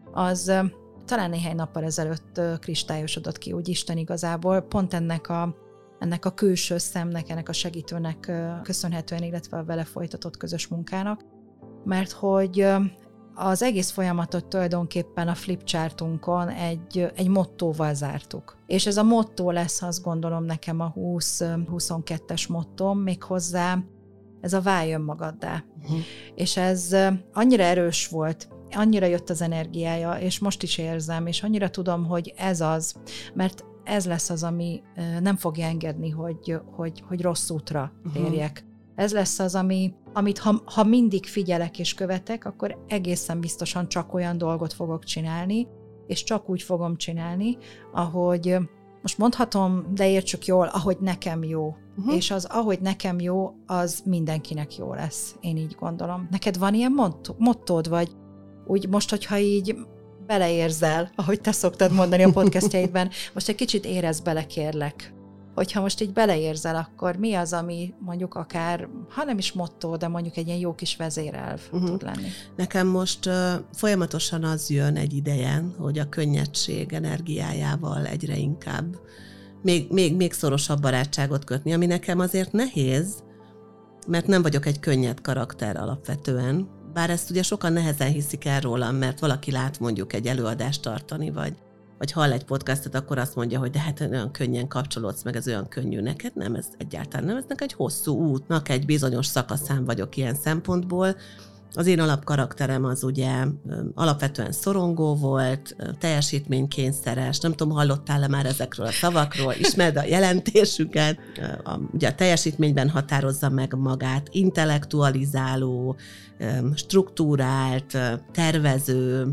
S3: az talán néhány nappal ezelőtt kristályosodott ki, úgy Isten igazából, pont ennek a, ennek a külső szemnek, ennek a segítőnek köszönhetően, illetve a vele folytatott közös munkának, mert hogy az egész folyamatot tulajdonképpen a flipchartunkon egy, egy mottóval zártuk. És ez a mottó lesz, azt gondolom, nekem a húsz huszonkettes mottóm, méghozzá ez a válj önmagaddá. Uh-huh. És ez annyira erős volt, annyira jött az energiája, és most is érzem, és annyira tudom, hogy ez az, mert ez lesz az, ami nem fogja engedni, hogy, hogy, hogy rossz útra térjek. Uh-huh. Ez lesz az, ami, amit ha, ha mindig figyelek és követek, akkor egészen biztosan csak olyan dolgot fogok csinálni, és csak úgy fogom csinálni, ahogy, most mondhatom, de értsük jól, ahogy nekem jó. Uh-huh. És az, ahogy nekem jó, az mindenkinek jó lesz, én így gondolom. Neked van ilyen mottód, vagy úgy most, hogyha így beleérzel, ahogy te szoktad mondani a podcastjaidben, most egy kicsit érezz bele, kérlek. Hogyha most így beleérzel, akkor mi az, ami mondjuk akár, ha nem is mottó, de mondjuk egy ilyen jó kis vezérelv uh-huh. tud lenni?
S2: Nekem most uh, folyamatosan az jön egy idejen, hogy a könnyedség energiájával egyre inkább még, még, még szorosabb barátságot kötni, ami nekem azért nehéz, mert nem vagyok egy könnyed karakter alapvetően, bár ezt ugye sokan nehezen hiszik el rólam, mert valaki lát mondjuk egy előadást tartani, vagy, vagy hall egy podcastot, akkor azt mondja, hogy de hát olyan könnyen kapcsolódsz meg, ez olyan könnyű neked. Nem, ez egyáltalán nem, ez egy hosszú útnak egy bizonyos szakaszán vagyok ilyen szempontból. Az én alapkarakterem az ugye alapvetően szorongó volt, teljesítménykényszeres, nem tudom, hallottál-e már ezekről a szavakról, ismerd a jelentésüket, a, ugye a teljesítményben határozza meg magát, intellektualizáló, struktúrált, tervező,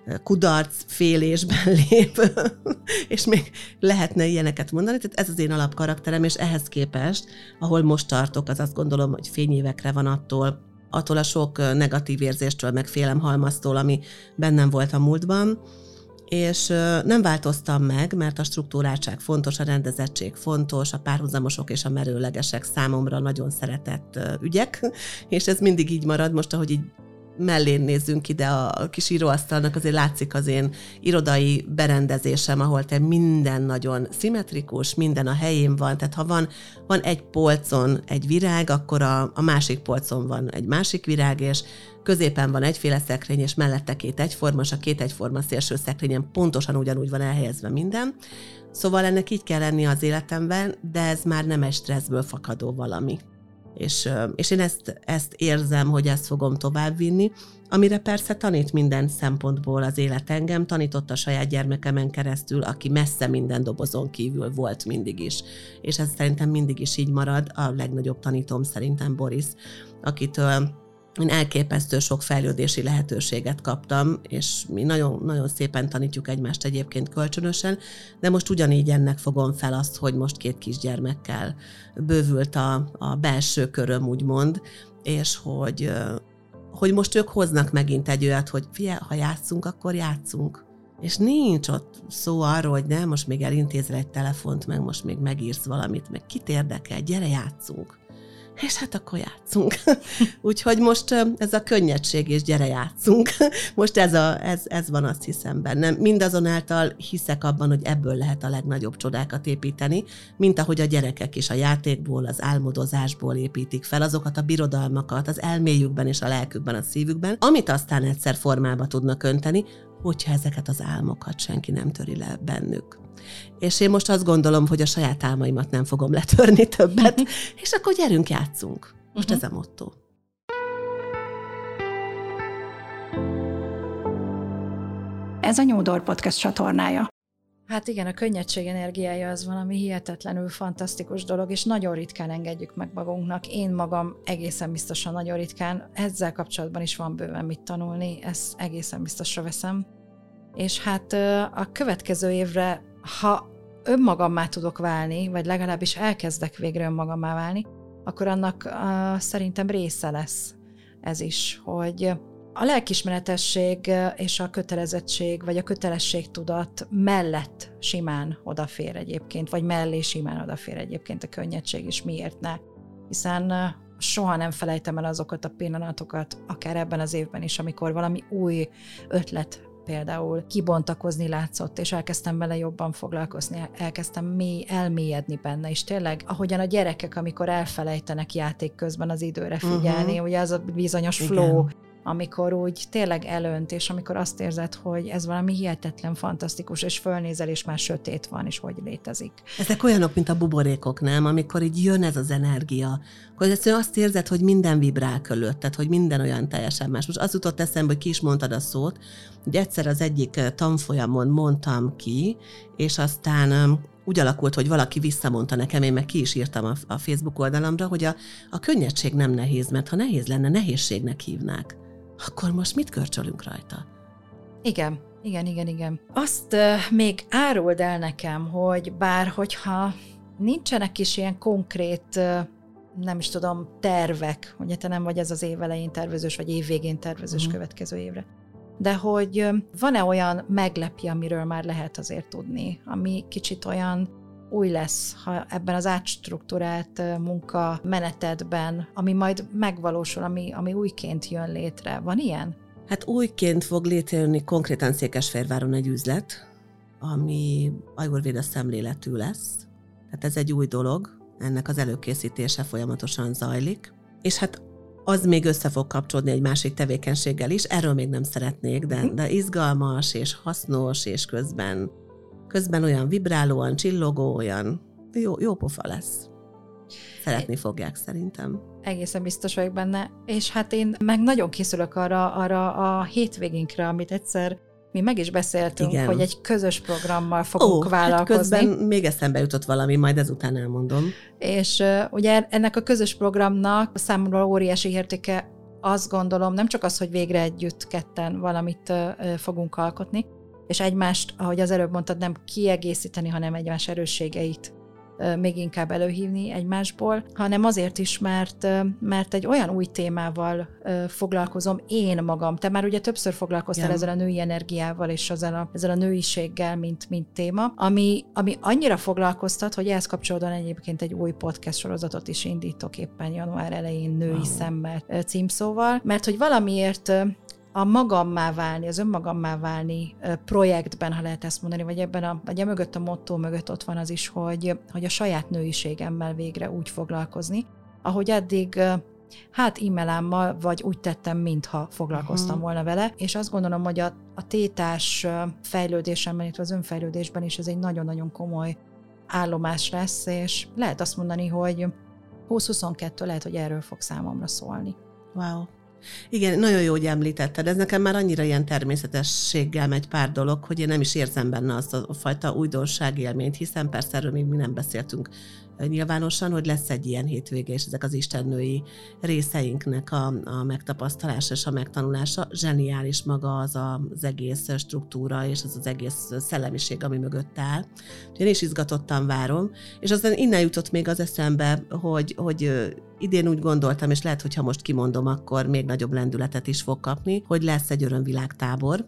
S2: kudarcfélésben lép, és még lehetne ilyeneket mondani, tehát ez az én alapkarakterem, és ehhez képest, ahol most tartok, az azt gondolom, hogy fényévekre van attól, attól a sok negatív érzéstől, meg félemhalmaztól, ami bennem volt a múltban, és nem változtam meg, mert a struktúráltság fontos, a rendezettség fontos, a párhuzamosok és a merőlegesek számomra nagyon szeretett ügyek, és ez mindig így marad. Most, ahogy így mellén nézzünk ide a kis íróasztalnak, azért látszik az én irodai berendezésem, ahol te minden nagyon szimmetrikus, minden a helyén van, tehát ha van, van egy polcon egy virág, akkor a, a másik polcon van egy másik virág, és középen van egyféle szekrény, és mellette két egyforma, és a két egyforma szélső szekrényen pontosan ugyanúgy van elhelyezve minden. Szóval ennek így kell lenni az életemben, de ez már nem egy stresszből fakadó valami. És, és én ezt, ezt érzem, hogy ezt fogom továbbvinni, amire persze tanít minden szempontból az élet engem, tanított a saját gyermekemen keresztül, aki messze minden dobozon kívül volt mindig is. És ez szerintem mindig is így marad, a legnagyobb tanítóm szerintem Boris, akitől Én elképesztő sok fejlődési lehetőséget kaptam, és mi nagyon, nagyon szépen tanítjuk egymást egyébként kölcsönösen, de most ugyanígy ennek fogom fel azt, hogy most két kisgyermekkel bővült a, a belső köröm, úgymond, és hogy, hogy most ők hoznak megint egy olyat, hogy figyelj, ha játszunk, akkor játszunk. És nincs ott szó arról, hogy nem, most még elintézel egy telefont, meg most még megírsz valamit, meg kit érdekel, gyere, játszunk. És hát akkor játszunk. Úgyhogy most ez a könnyedség, és gyere, játszunk. Most ez, a, ez, ez van, azt hiszem bennem. Mindazonáltal hiszek abban, hogy ebből lehet a legnagyobb csodákat építeni, mint ahogy a gyerekek is a játékból, az álmodozásból építik fel azokat a birodalmakat az elméjükben és a lelkükben, a szívükben, amit aztán egyszer formába tudnak önteni, hogyha ezeket az álmokat senki nem töri le bennük. És én most azt gondolom, hogy a saját álmaimat nem fogom letörni többet, és akkor gyerünk, játszunk. Most uh-huh. ez a motto.
S1: Ez a New Door Podcast csatornája.
S3: Hát igen, a könnyedség energiája az valami hihetetlenül fantasztikus dolog, és nagyon ritkán engedjük meg magunknak. Én magam egészen biztosan nagyon ritkán. Ezzel kapcsolatban is van bőven mit tanulni, ezt egészen biztosra veszem. És hát a következő évre, ha önmagammá tudok válni, vagy legalábbis elkezdek végre önmagammá válni, akkor annak uh, szerintem része lesz ez is, hogy a lelkiismeretesség és a kötelezettség, vagy a kötelességtudat mellett simán odafér egyébként, vagy mellé simán odafér egyébként a könnyedség is, miért ne? Hiszen uh, soha nem felejtem el azokat a pillanatokat, akár ebben az évben is, amikor valami új ötlet például kibontakozni látszott, és elkezdtem vele jobban foglalkozni, elkezdtem mély, elmélyedni benne, és tényleg, ahogyan a gyerekek, amikor elfelejtenek játék közben az időre figyelni, uh-huh. ugye az a bizonyos
S2: Igen.
S3: flow, amikor úgy tényleg elönt, és amikor azt érzed, hogy ez valami hihetetlen, fantasztikus, és fölnézel, és már sötét van, és hogy létezik.
S2: Ezek olyanok, mint a buborékok, nem? Amikor így jön ez az energia, hogy egyszerűen azt érzed, hogy minden vibrál körülötted, hogy minden olyan teljesen más. Most az jutott eszembe, hogy ki is mondtad a szót, hogy egyszer az egyik tanfolyamon mondtam ki, és aztán úgy alakult, hogy valaki visszamondta nekem, én meg ki is írtam a, a Facebook oldalamra, hogy a, a könnyedség nem nehéz, mert ha nehéz lenne, nehézségnek hívnák. Akkor most mit körcsölünk rajta?
S3: Igen, igen, igen, igen. Azt uh, még áruld el nekem, hogy bár hogyha nincsenek is ilyen konkrét, uh, nem is tudom, tervek, ugye te nem vagy ez az év elején tervezős, vagy év végén tervezős mm. következő évre, de hogy uh, van-e olyan meglepje, amiről már lehet azért tudni, ami kicsit olyan új lesz, ha ebben az átstruktúrált munka menetedben, ami majd megvalósul, ami, ami újként jön létre. Van ilyen?
S2: Hát újként fog létrejönni konkrétan Székesfehérváron egy üzlet, ami ajurvéda szemléletű lesz. Tehát ez egy új dolog, ennek az előkészítése folyamatosan zajlik. És hát az még össze fog kapcsolódni egy másik tevékenységgel is, erről még nem szeretnék, de, de izgalmas és hasznos, és közben Közben olyan vibrálóan, csillogó, olyan jó, jó pofa lesz. Szeretni fogják szerintem.
S3: Egészen biztos vagyok benne. És hát én meg nagyon készülök arra, arra a hétvégénkre, amit egyszer mi meg is beszéltünk, igen. hogy egy közös programmal fogunk Ó, vállalkozni.
S2: Hát közben még eszembe jutott valami, majd ezután elmondom.
S3: És uh, ugye ennek a közös programnak számomra óriási értéke, azt gondolom, nem csak az, hogy végre együtt ketten valamit uh, fogunk alkotni, és egymást, ahogy az előbb mondtad, nem kiegészíteni, hanem egymás erősségeit még inkább előhívni egymásból, hanem azért is, mert, mert egy olyan új témával foglalkozom én magam. Te már ugye többször foglalkoztál yeah. ezzel a női energiával és ezzel a, ezzel a nőiséggel, mint, mint téma, ami, ami annyira foglalkoztat, hogy ehhez kapcsolódóan egyébként egy új podcast sorozatot is indítok éppen január elején Női wow. szemmel címszóval, mert hogy valamiért a magammá válni, az önmagammá válni projektben, ha lehet ezt mondani, vagy ebben a, vagy a mögött, a motto mögött ott van az is, hogy, hogy a saját nőiségemmel végre úgy foglalkozni, ahogy eddig hát e-mailámmal, vagy úgy tettem, mintha foglalkoztam uh-huh. volna vele, és azt gondolom, hogy a, a tétás fejlődésemben, itt az önfejlődésben is ez egy nagyon-nagyon komoly állomás lesz, és lehet azt mondani, hogy húsz huszonkettő lehet, hogy erről fog számomra szólni.
S2: Wow. Igen, nagyon jó, hogy említetted. Ez nekem már annyira ilyen természetességgel megy pár dolog, hogy én nem is érzem benne azt a fajta újdonság élményt, hiszen persze erről még mi nem beszéltünk nyilvánosan, hogy lesz egy ilyen hétvége, és ezek az istennői részeinknek a, a megtapasztalása és a megtanulása. Zseniális maga az a, az egész struktúra, és az az egész szellemiség, ami mögött áll. Én is izgatottan várom, és aztán innen jutott még az eszembe, hogy, hogy idén úgy gondoltam, és lehet, hogy ha most kimondom, akkor még nagyobb lendületet is fog kapni, hogy lesz egy örömvilágtábor,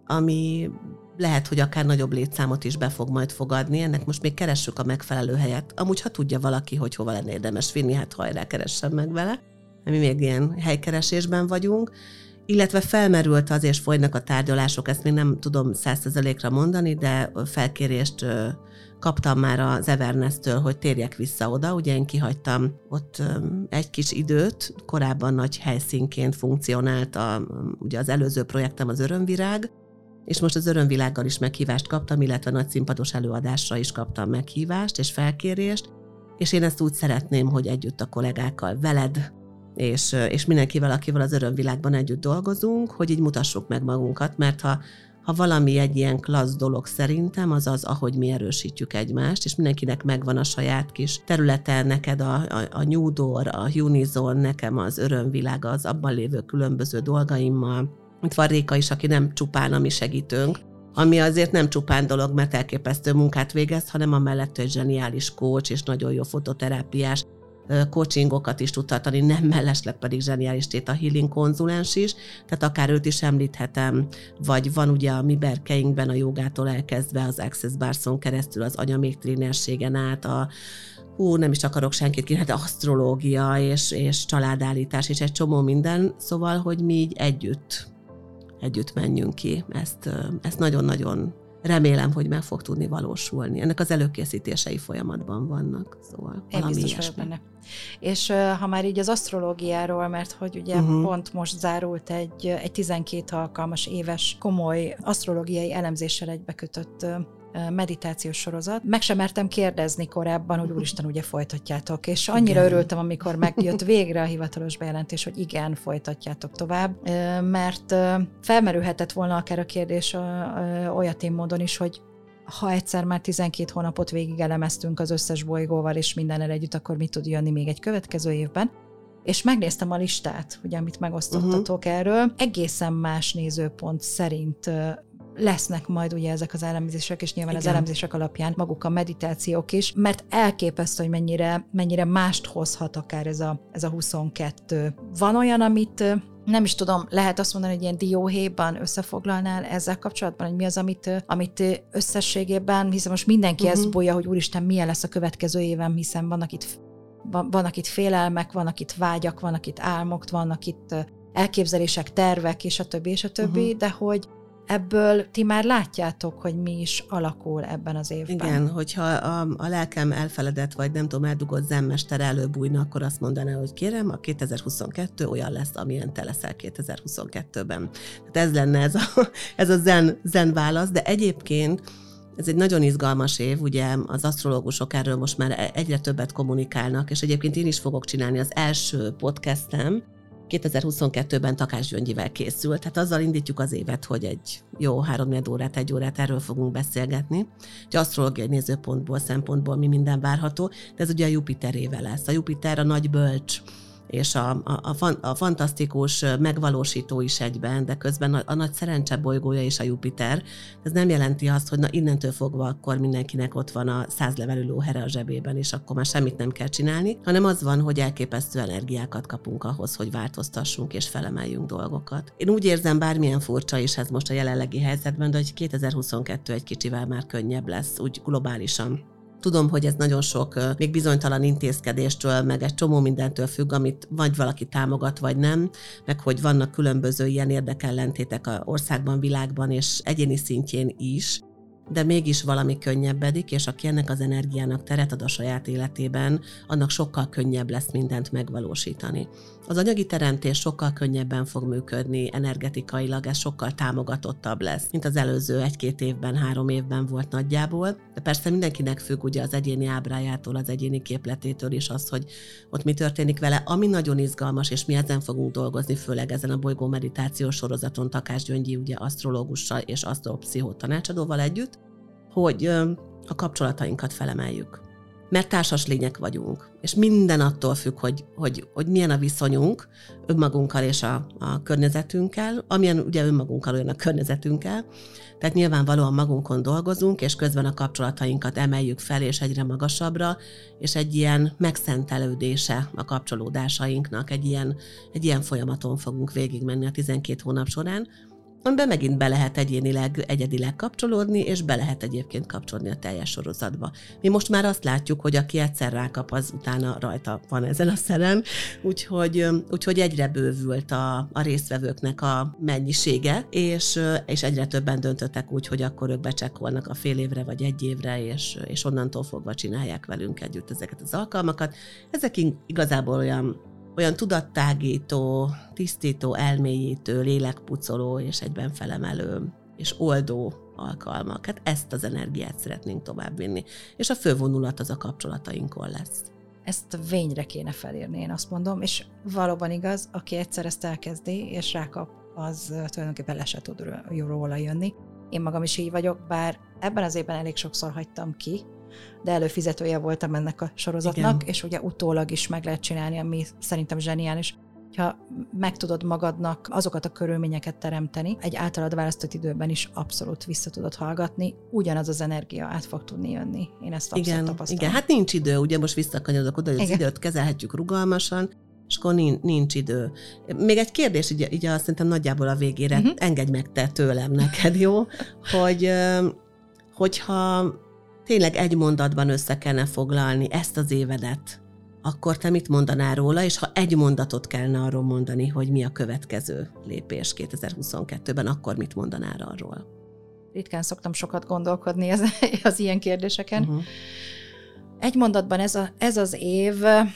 S2: ami lehet, hogy akár nagyobb létszámot is be fog majd fogadni. Ennek most még keressük a megfelelő helyet. Amúgy, ha tudja valaki, hogy hova lenne érdemes vinni, hát hajrá, keressen meg vele. Mi még ilyen helykeresésben vagyunk. Illetve felmerült az, és folynak a tárgyalások, ezt még nem tudom száz százalékra mondani, de felkérést kaptam már az Everness-től, hogy térjek vissza oda. Ugye én kihagytam ott egy kis időt, korábban nagy helyszínként funkcionált a, ugye az előző projektem, az Örömvirág, és most az Örömvilággal is meghívást kaptam, illetve nagy színpados előadásra is kaptam meghívást és felkérést, és én ezt úgy szeretném, hogy együtt a kollégákkal, veled, és, és mindenkivel, akivel az Örömvilágban együtt dolgozunk, hogy így mutassuk meg magunkat, mert ha, ha valami egy ilyen klassz dolog szerintem, az az, ahogy mi erősítjük egymást, és mindenkinek megvan a saját kis területe, neked a, a, a New Door, a Unizon, nekem az Örömvilág, az abban lévő különböző dolgaimmal. Itt van Réka is, aki nem csupán a mi segítőnk, ami azért nem csupán dolog, mert elképesztő munkát végez, hanem amellett egy zseniális coach és nagyon jó fototerápiás coachingokat is tud tartani, nem mellesleg pedig zseniális Theta Healing konzulens is, tehát akár őt is említhetem, vagy van ugye a mi berkeinkben a jogától elkezdve az Access Barson keresztül az anyamék trénerségen át, a hú, nem is akarok senkit kérni, de asztrológia és, és családállítás és egy csomó minden, szóval, hogy mi így együtt együtt menjünk ki. Ezt, ezt nagyon-nagyon remélem, hogy meg fog tudni valósulni. Ennek az előkészítései folyamatban vannak, szóval
S3: Én biztos vagyok benne. És ha már így az asztrológiáról, mert hogy ugye uh-huh. pont most zárult egy, egy tizenkét alkalmas éves komoly asztrológiai elemzéssel egybekötött meditációs sorozat. Meg sem mertem kérdezni korábban, hogy úristen, ugye folytatjátok, és annyira igen. örültem, amikor megjött végre a hivatalos bejelentés, hogy igen, folytatjátok tovább, mert felmerülhetett volna akár a kérdés olyatén módon is, hogy ha egyszer már tizenkét hónapot végig elemeztünk az összes bolygóval és mindennel együtt, akkor mi tud jönni még egy következő évben? És megnéztem a listát, ugye, amit megosztottatok uh-huh. erről. Egészen más nézőpont szerint lesznek majd ugye ezek az elemzések, és nyilván igen. az elemzések alapján maguk a meditációk is, mert elképesztő, hogy mennyire, mennyire mást hozhat akár ez a, ez a huszonkettő. Van olyan, amit nem is tudom, lehet azt mondani, hogy ilyen dióhéjban összefoglalnál ezzel kapcsolatban, hogy mi az, amit, amit összességében, hiszen most mindenki uh-huh. ezt bolya, hogy úristen, milyen lesz a következő évem, hiszen vannak itt, vannak itt félelmek, vannak itt vágyak, vannak itt álmok, vannak itt elképzelések, tervek, és a többi, és a többi, uh-huh. de hogy ebből ti már látjátok, hogy mi is alakul ebben az évben.
S2: Igen, hogyha a, a lelkem elfeledett, vagy nem tudom, eldugott zenmester előbújna, akkor azt mondaná, hogy kérem, a kétezer-huszonkettő olyan lesz, amilyen te leszel kétezer-huszonkettőben. Tehát ez lenne ez a, ez a zen, zen válasz, de egyébként ez egy nagyon izgalmas év, ugye az asztrológusok erről most már egyre többet kommunikálnak, és egyébként én is fogok csinálni az első podcastem, kétezer-huszonkettőben Takács Gyöngyivel készült, tehát azzal indítjuk az évet, hogy egy jó három-négy órát, egy órát erről fogunk beszélgetni. Ugye asztrológiai nézőpontból, szempontból mi minden várható, de ez ugye a Jupiterével lesz. A Jupiter a nagy bölcs, és a, a, a, fan, a fantasztikus megvalósító is egyben, de közben a, a nagy szerencse bolygója is a Jupiter. Ez nem jelenti azt, hogy na innentől fogva akkor mindenkinek ott van a százlevelű lóhere a zsebében, és akkor már semmit nem kell csinálni, hanem az van, hogy elképesztő energiákat kapunk ahhoz, hogy változtassunk és felemeljünk dolgokat. Én úgy érzem, bármilyen furcsa is ez most a jelenlegi helyzetben, de hogy kétezer-huszonkettő egy kicsivel már könnyebb lesz, úgy globálisan. Tudom, hogy ez nagyon sok még bizonytalan intézkedéstől, meg egy csomó mindentől függ, amit vagy valaki támogat, vagy nem, meg hogy vannak különböző ilyen érdekellentétek az országban, világban és egyéni szintjén is. de mégis valami könnyebbedik, és aki ennek az energiának teret ad a saját életében, annak sokkal könnyebb lesz mindent megvalósítani. Az anyagi teremtés sokkal könnyebben fog működni, energetikailag ez sokkal támogatottabb lesz, mint az előző egy-két évben, három évben volt nagyjából. De persze mindenkinek függ ugye az egyéni ábrájától, az egyéni képletétől is az, hogy ott mi történik vele. Ami nagyon izgalmas, és mi ezen fogunk dolgozni, főleg ezen a bolygó meditációs sorozaton Takás Gyöngyi, ugye asztrológussal és asztropszichó tanácsadóval együtt, hogy a kapcsolatainkat felemeljük. Mert társas lények vagyunk, és minden attól függ, hogy, hogy, hogy milyen a viszonyunk önmagunkkal és a, a környezetünkkel, amilyen ugye önmagunkkal olyan a környezetünkkel. Tehát nyilvánvalóan magunkon dolgozunk, és közben a kapcsolatainkat emeljük fel, és egyre magasabbra, és egy ilyen megszentelődése a kapcsolódásainknak, egy ilyen, egy ilyen folyamaton fogunk végigmenni a tizenkét hónap során, amiben megint be lehet egyénileg, egyedileg kapcsolódni, és be lehet egyébként kapcsolni a teljes sorozatba. Mi most már azt látjuk, hogy aki egyszer rákap, az utána rajta van ezen a szeren, úgyhogy, úgyhogy egyre bővült a, a résztvevőknek a mennyisége, és, és egyre többen döntöttek úgy, hogy akkor ők becsekkolnak a fél évre vagy egy évre, és, és onnantól fogva csinálják velünk együtt ezeket az alkalmakat. Ezek igazából olyan olyan tudattágító, tisztító, elmélyítő, lélekpucoló és egyben felemelő és oldó alkalmak. Hát ezt az energiát szeretnénk továbbvinni. És a fővonulat az a kapcsolatainkon lesz.
S3: Ezt vényre kéne felírni, én azt mondom, és valóban igaz, aki egyszer ezt elkezdi, és rákap, az tulajdonképpen le se tud róla jönni. Én magam is így vagyok, bár ebben az évben elég sokszor hagytam ki, de előfizetője voltam ennek a sorozatnak, igen. És ugye utólag is meg lehet csinálni, ami szerintem zseniális. Ha meg tudod magadnak azokat a körülményeket teremteni, egy általad választott időben is abszolút vissza tudod hallgatni, ugyanaz az energia át fog tudni jönni. Én ezt abszolút
S2: igen,
S3: tapasztalom.
S2: Igen, hát nincs idő, ugye most visszakanyodok oda, hogy az igen. időt kezelhetjük rugalmasan, és akkor nincs, nincs idő. Még egy kérdés, így, így azt szerintem nagyjából a végére, uh-huh. engedj meg te tőlem neked, jó? Hogy, hogyha tényleg egy mondatban össze kellene foglalni ezt az évedet, akkor te mit mondanál róla, és ha egy mondatot kellene arról mondani, hogy mi a következő lépés kétezer-huszonkettőben, akkor mit mondanál arról?
S3: Ritkán szoktam sokat gondolkodni az, az ilyen kérdéseken. Uh-huh. Egy mondatban ez, a, ez az év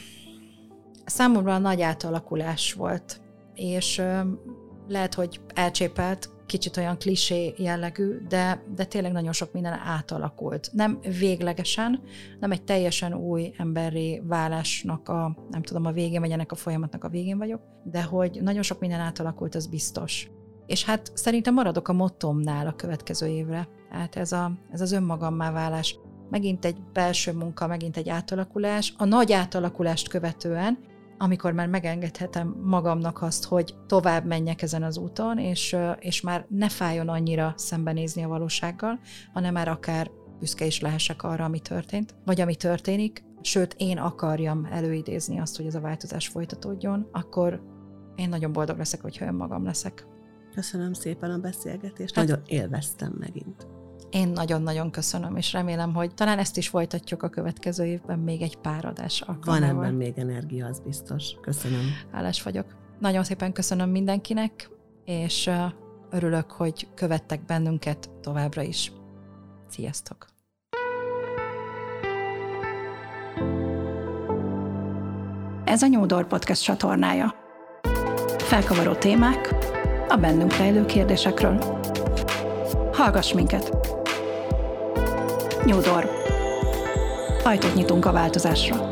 S3: számomra nagy átalakulás volt, és lehet, hogy elcsépelt, kicsit olyan klisé jellegű, de, de tényleg nagyon sok minden átalakult. Nem véglegesen, nem egy teljesen új emberré válásnak a, nem tudom, a végén, vagy ennek a folyamatnak a végén vagyok, de hogy nagyon sok minden átalakult, az biztos. És hát szerintem maradok a mottomnál a következő évre. Hát ez, a, ez az önmagammá válás. Megint egy belső munka, megint egy átalakulás. A nagy átalakulást követően, amikor már megengedhetem magamnak azt, hogy tovább menjek ezen az úton, és, és már ne fájjon annyira szembenézni a valósággal, hanem már akár büszke is lehessek arra, ami történt, vagy ami történik, sőt, én akarjam előidézni azt, hogy ez a változás folytatódjon, akkor én nagyon boldog leszek, hogyha önmagam leszek.
S2: Köszönöm szépen a beszélgetést, hát, nagyon élveztem megint.
S3: Én nagyon-nagyon köszönöm, és remélem, hogy talán ezt is folytatjuk a következő évben még egy pár adás alkalmával.
S2: Van ebben még energia, az biztos. Köszönöm.
S3: Hálás vagyok. Nagyon szépen köszönöm mindenkinek, és örülök, hogy követtek bennünket továbbra is. Sziasztok! Ez a New Door Podcast csatornája. Felkavaró témák a bennünk rejlő kérdésekről. Hallgass minket! New Door. Ajtót nyitunk a változásra.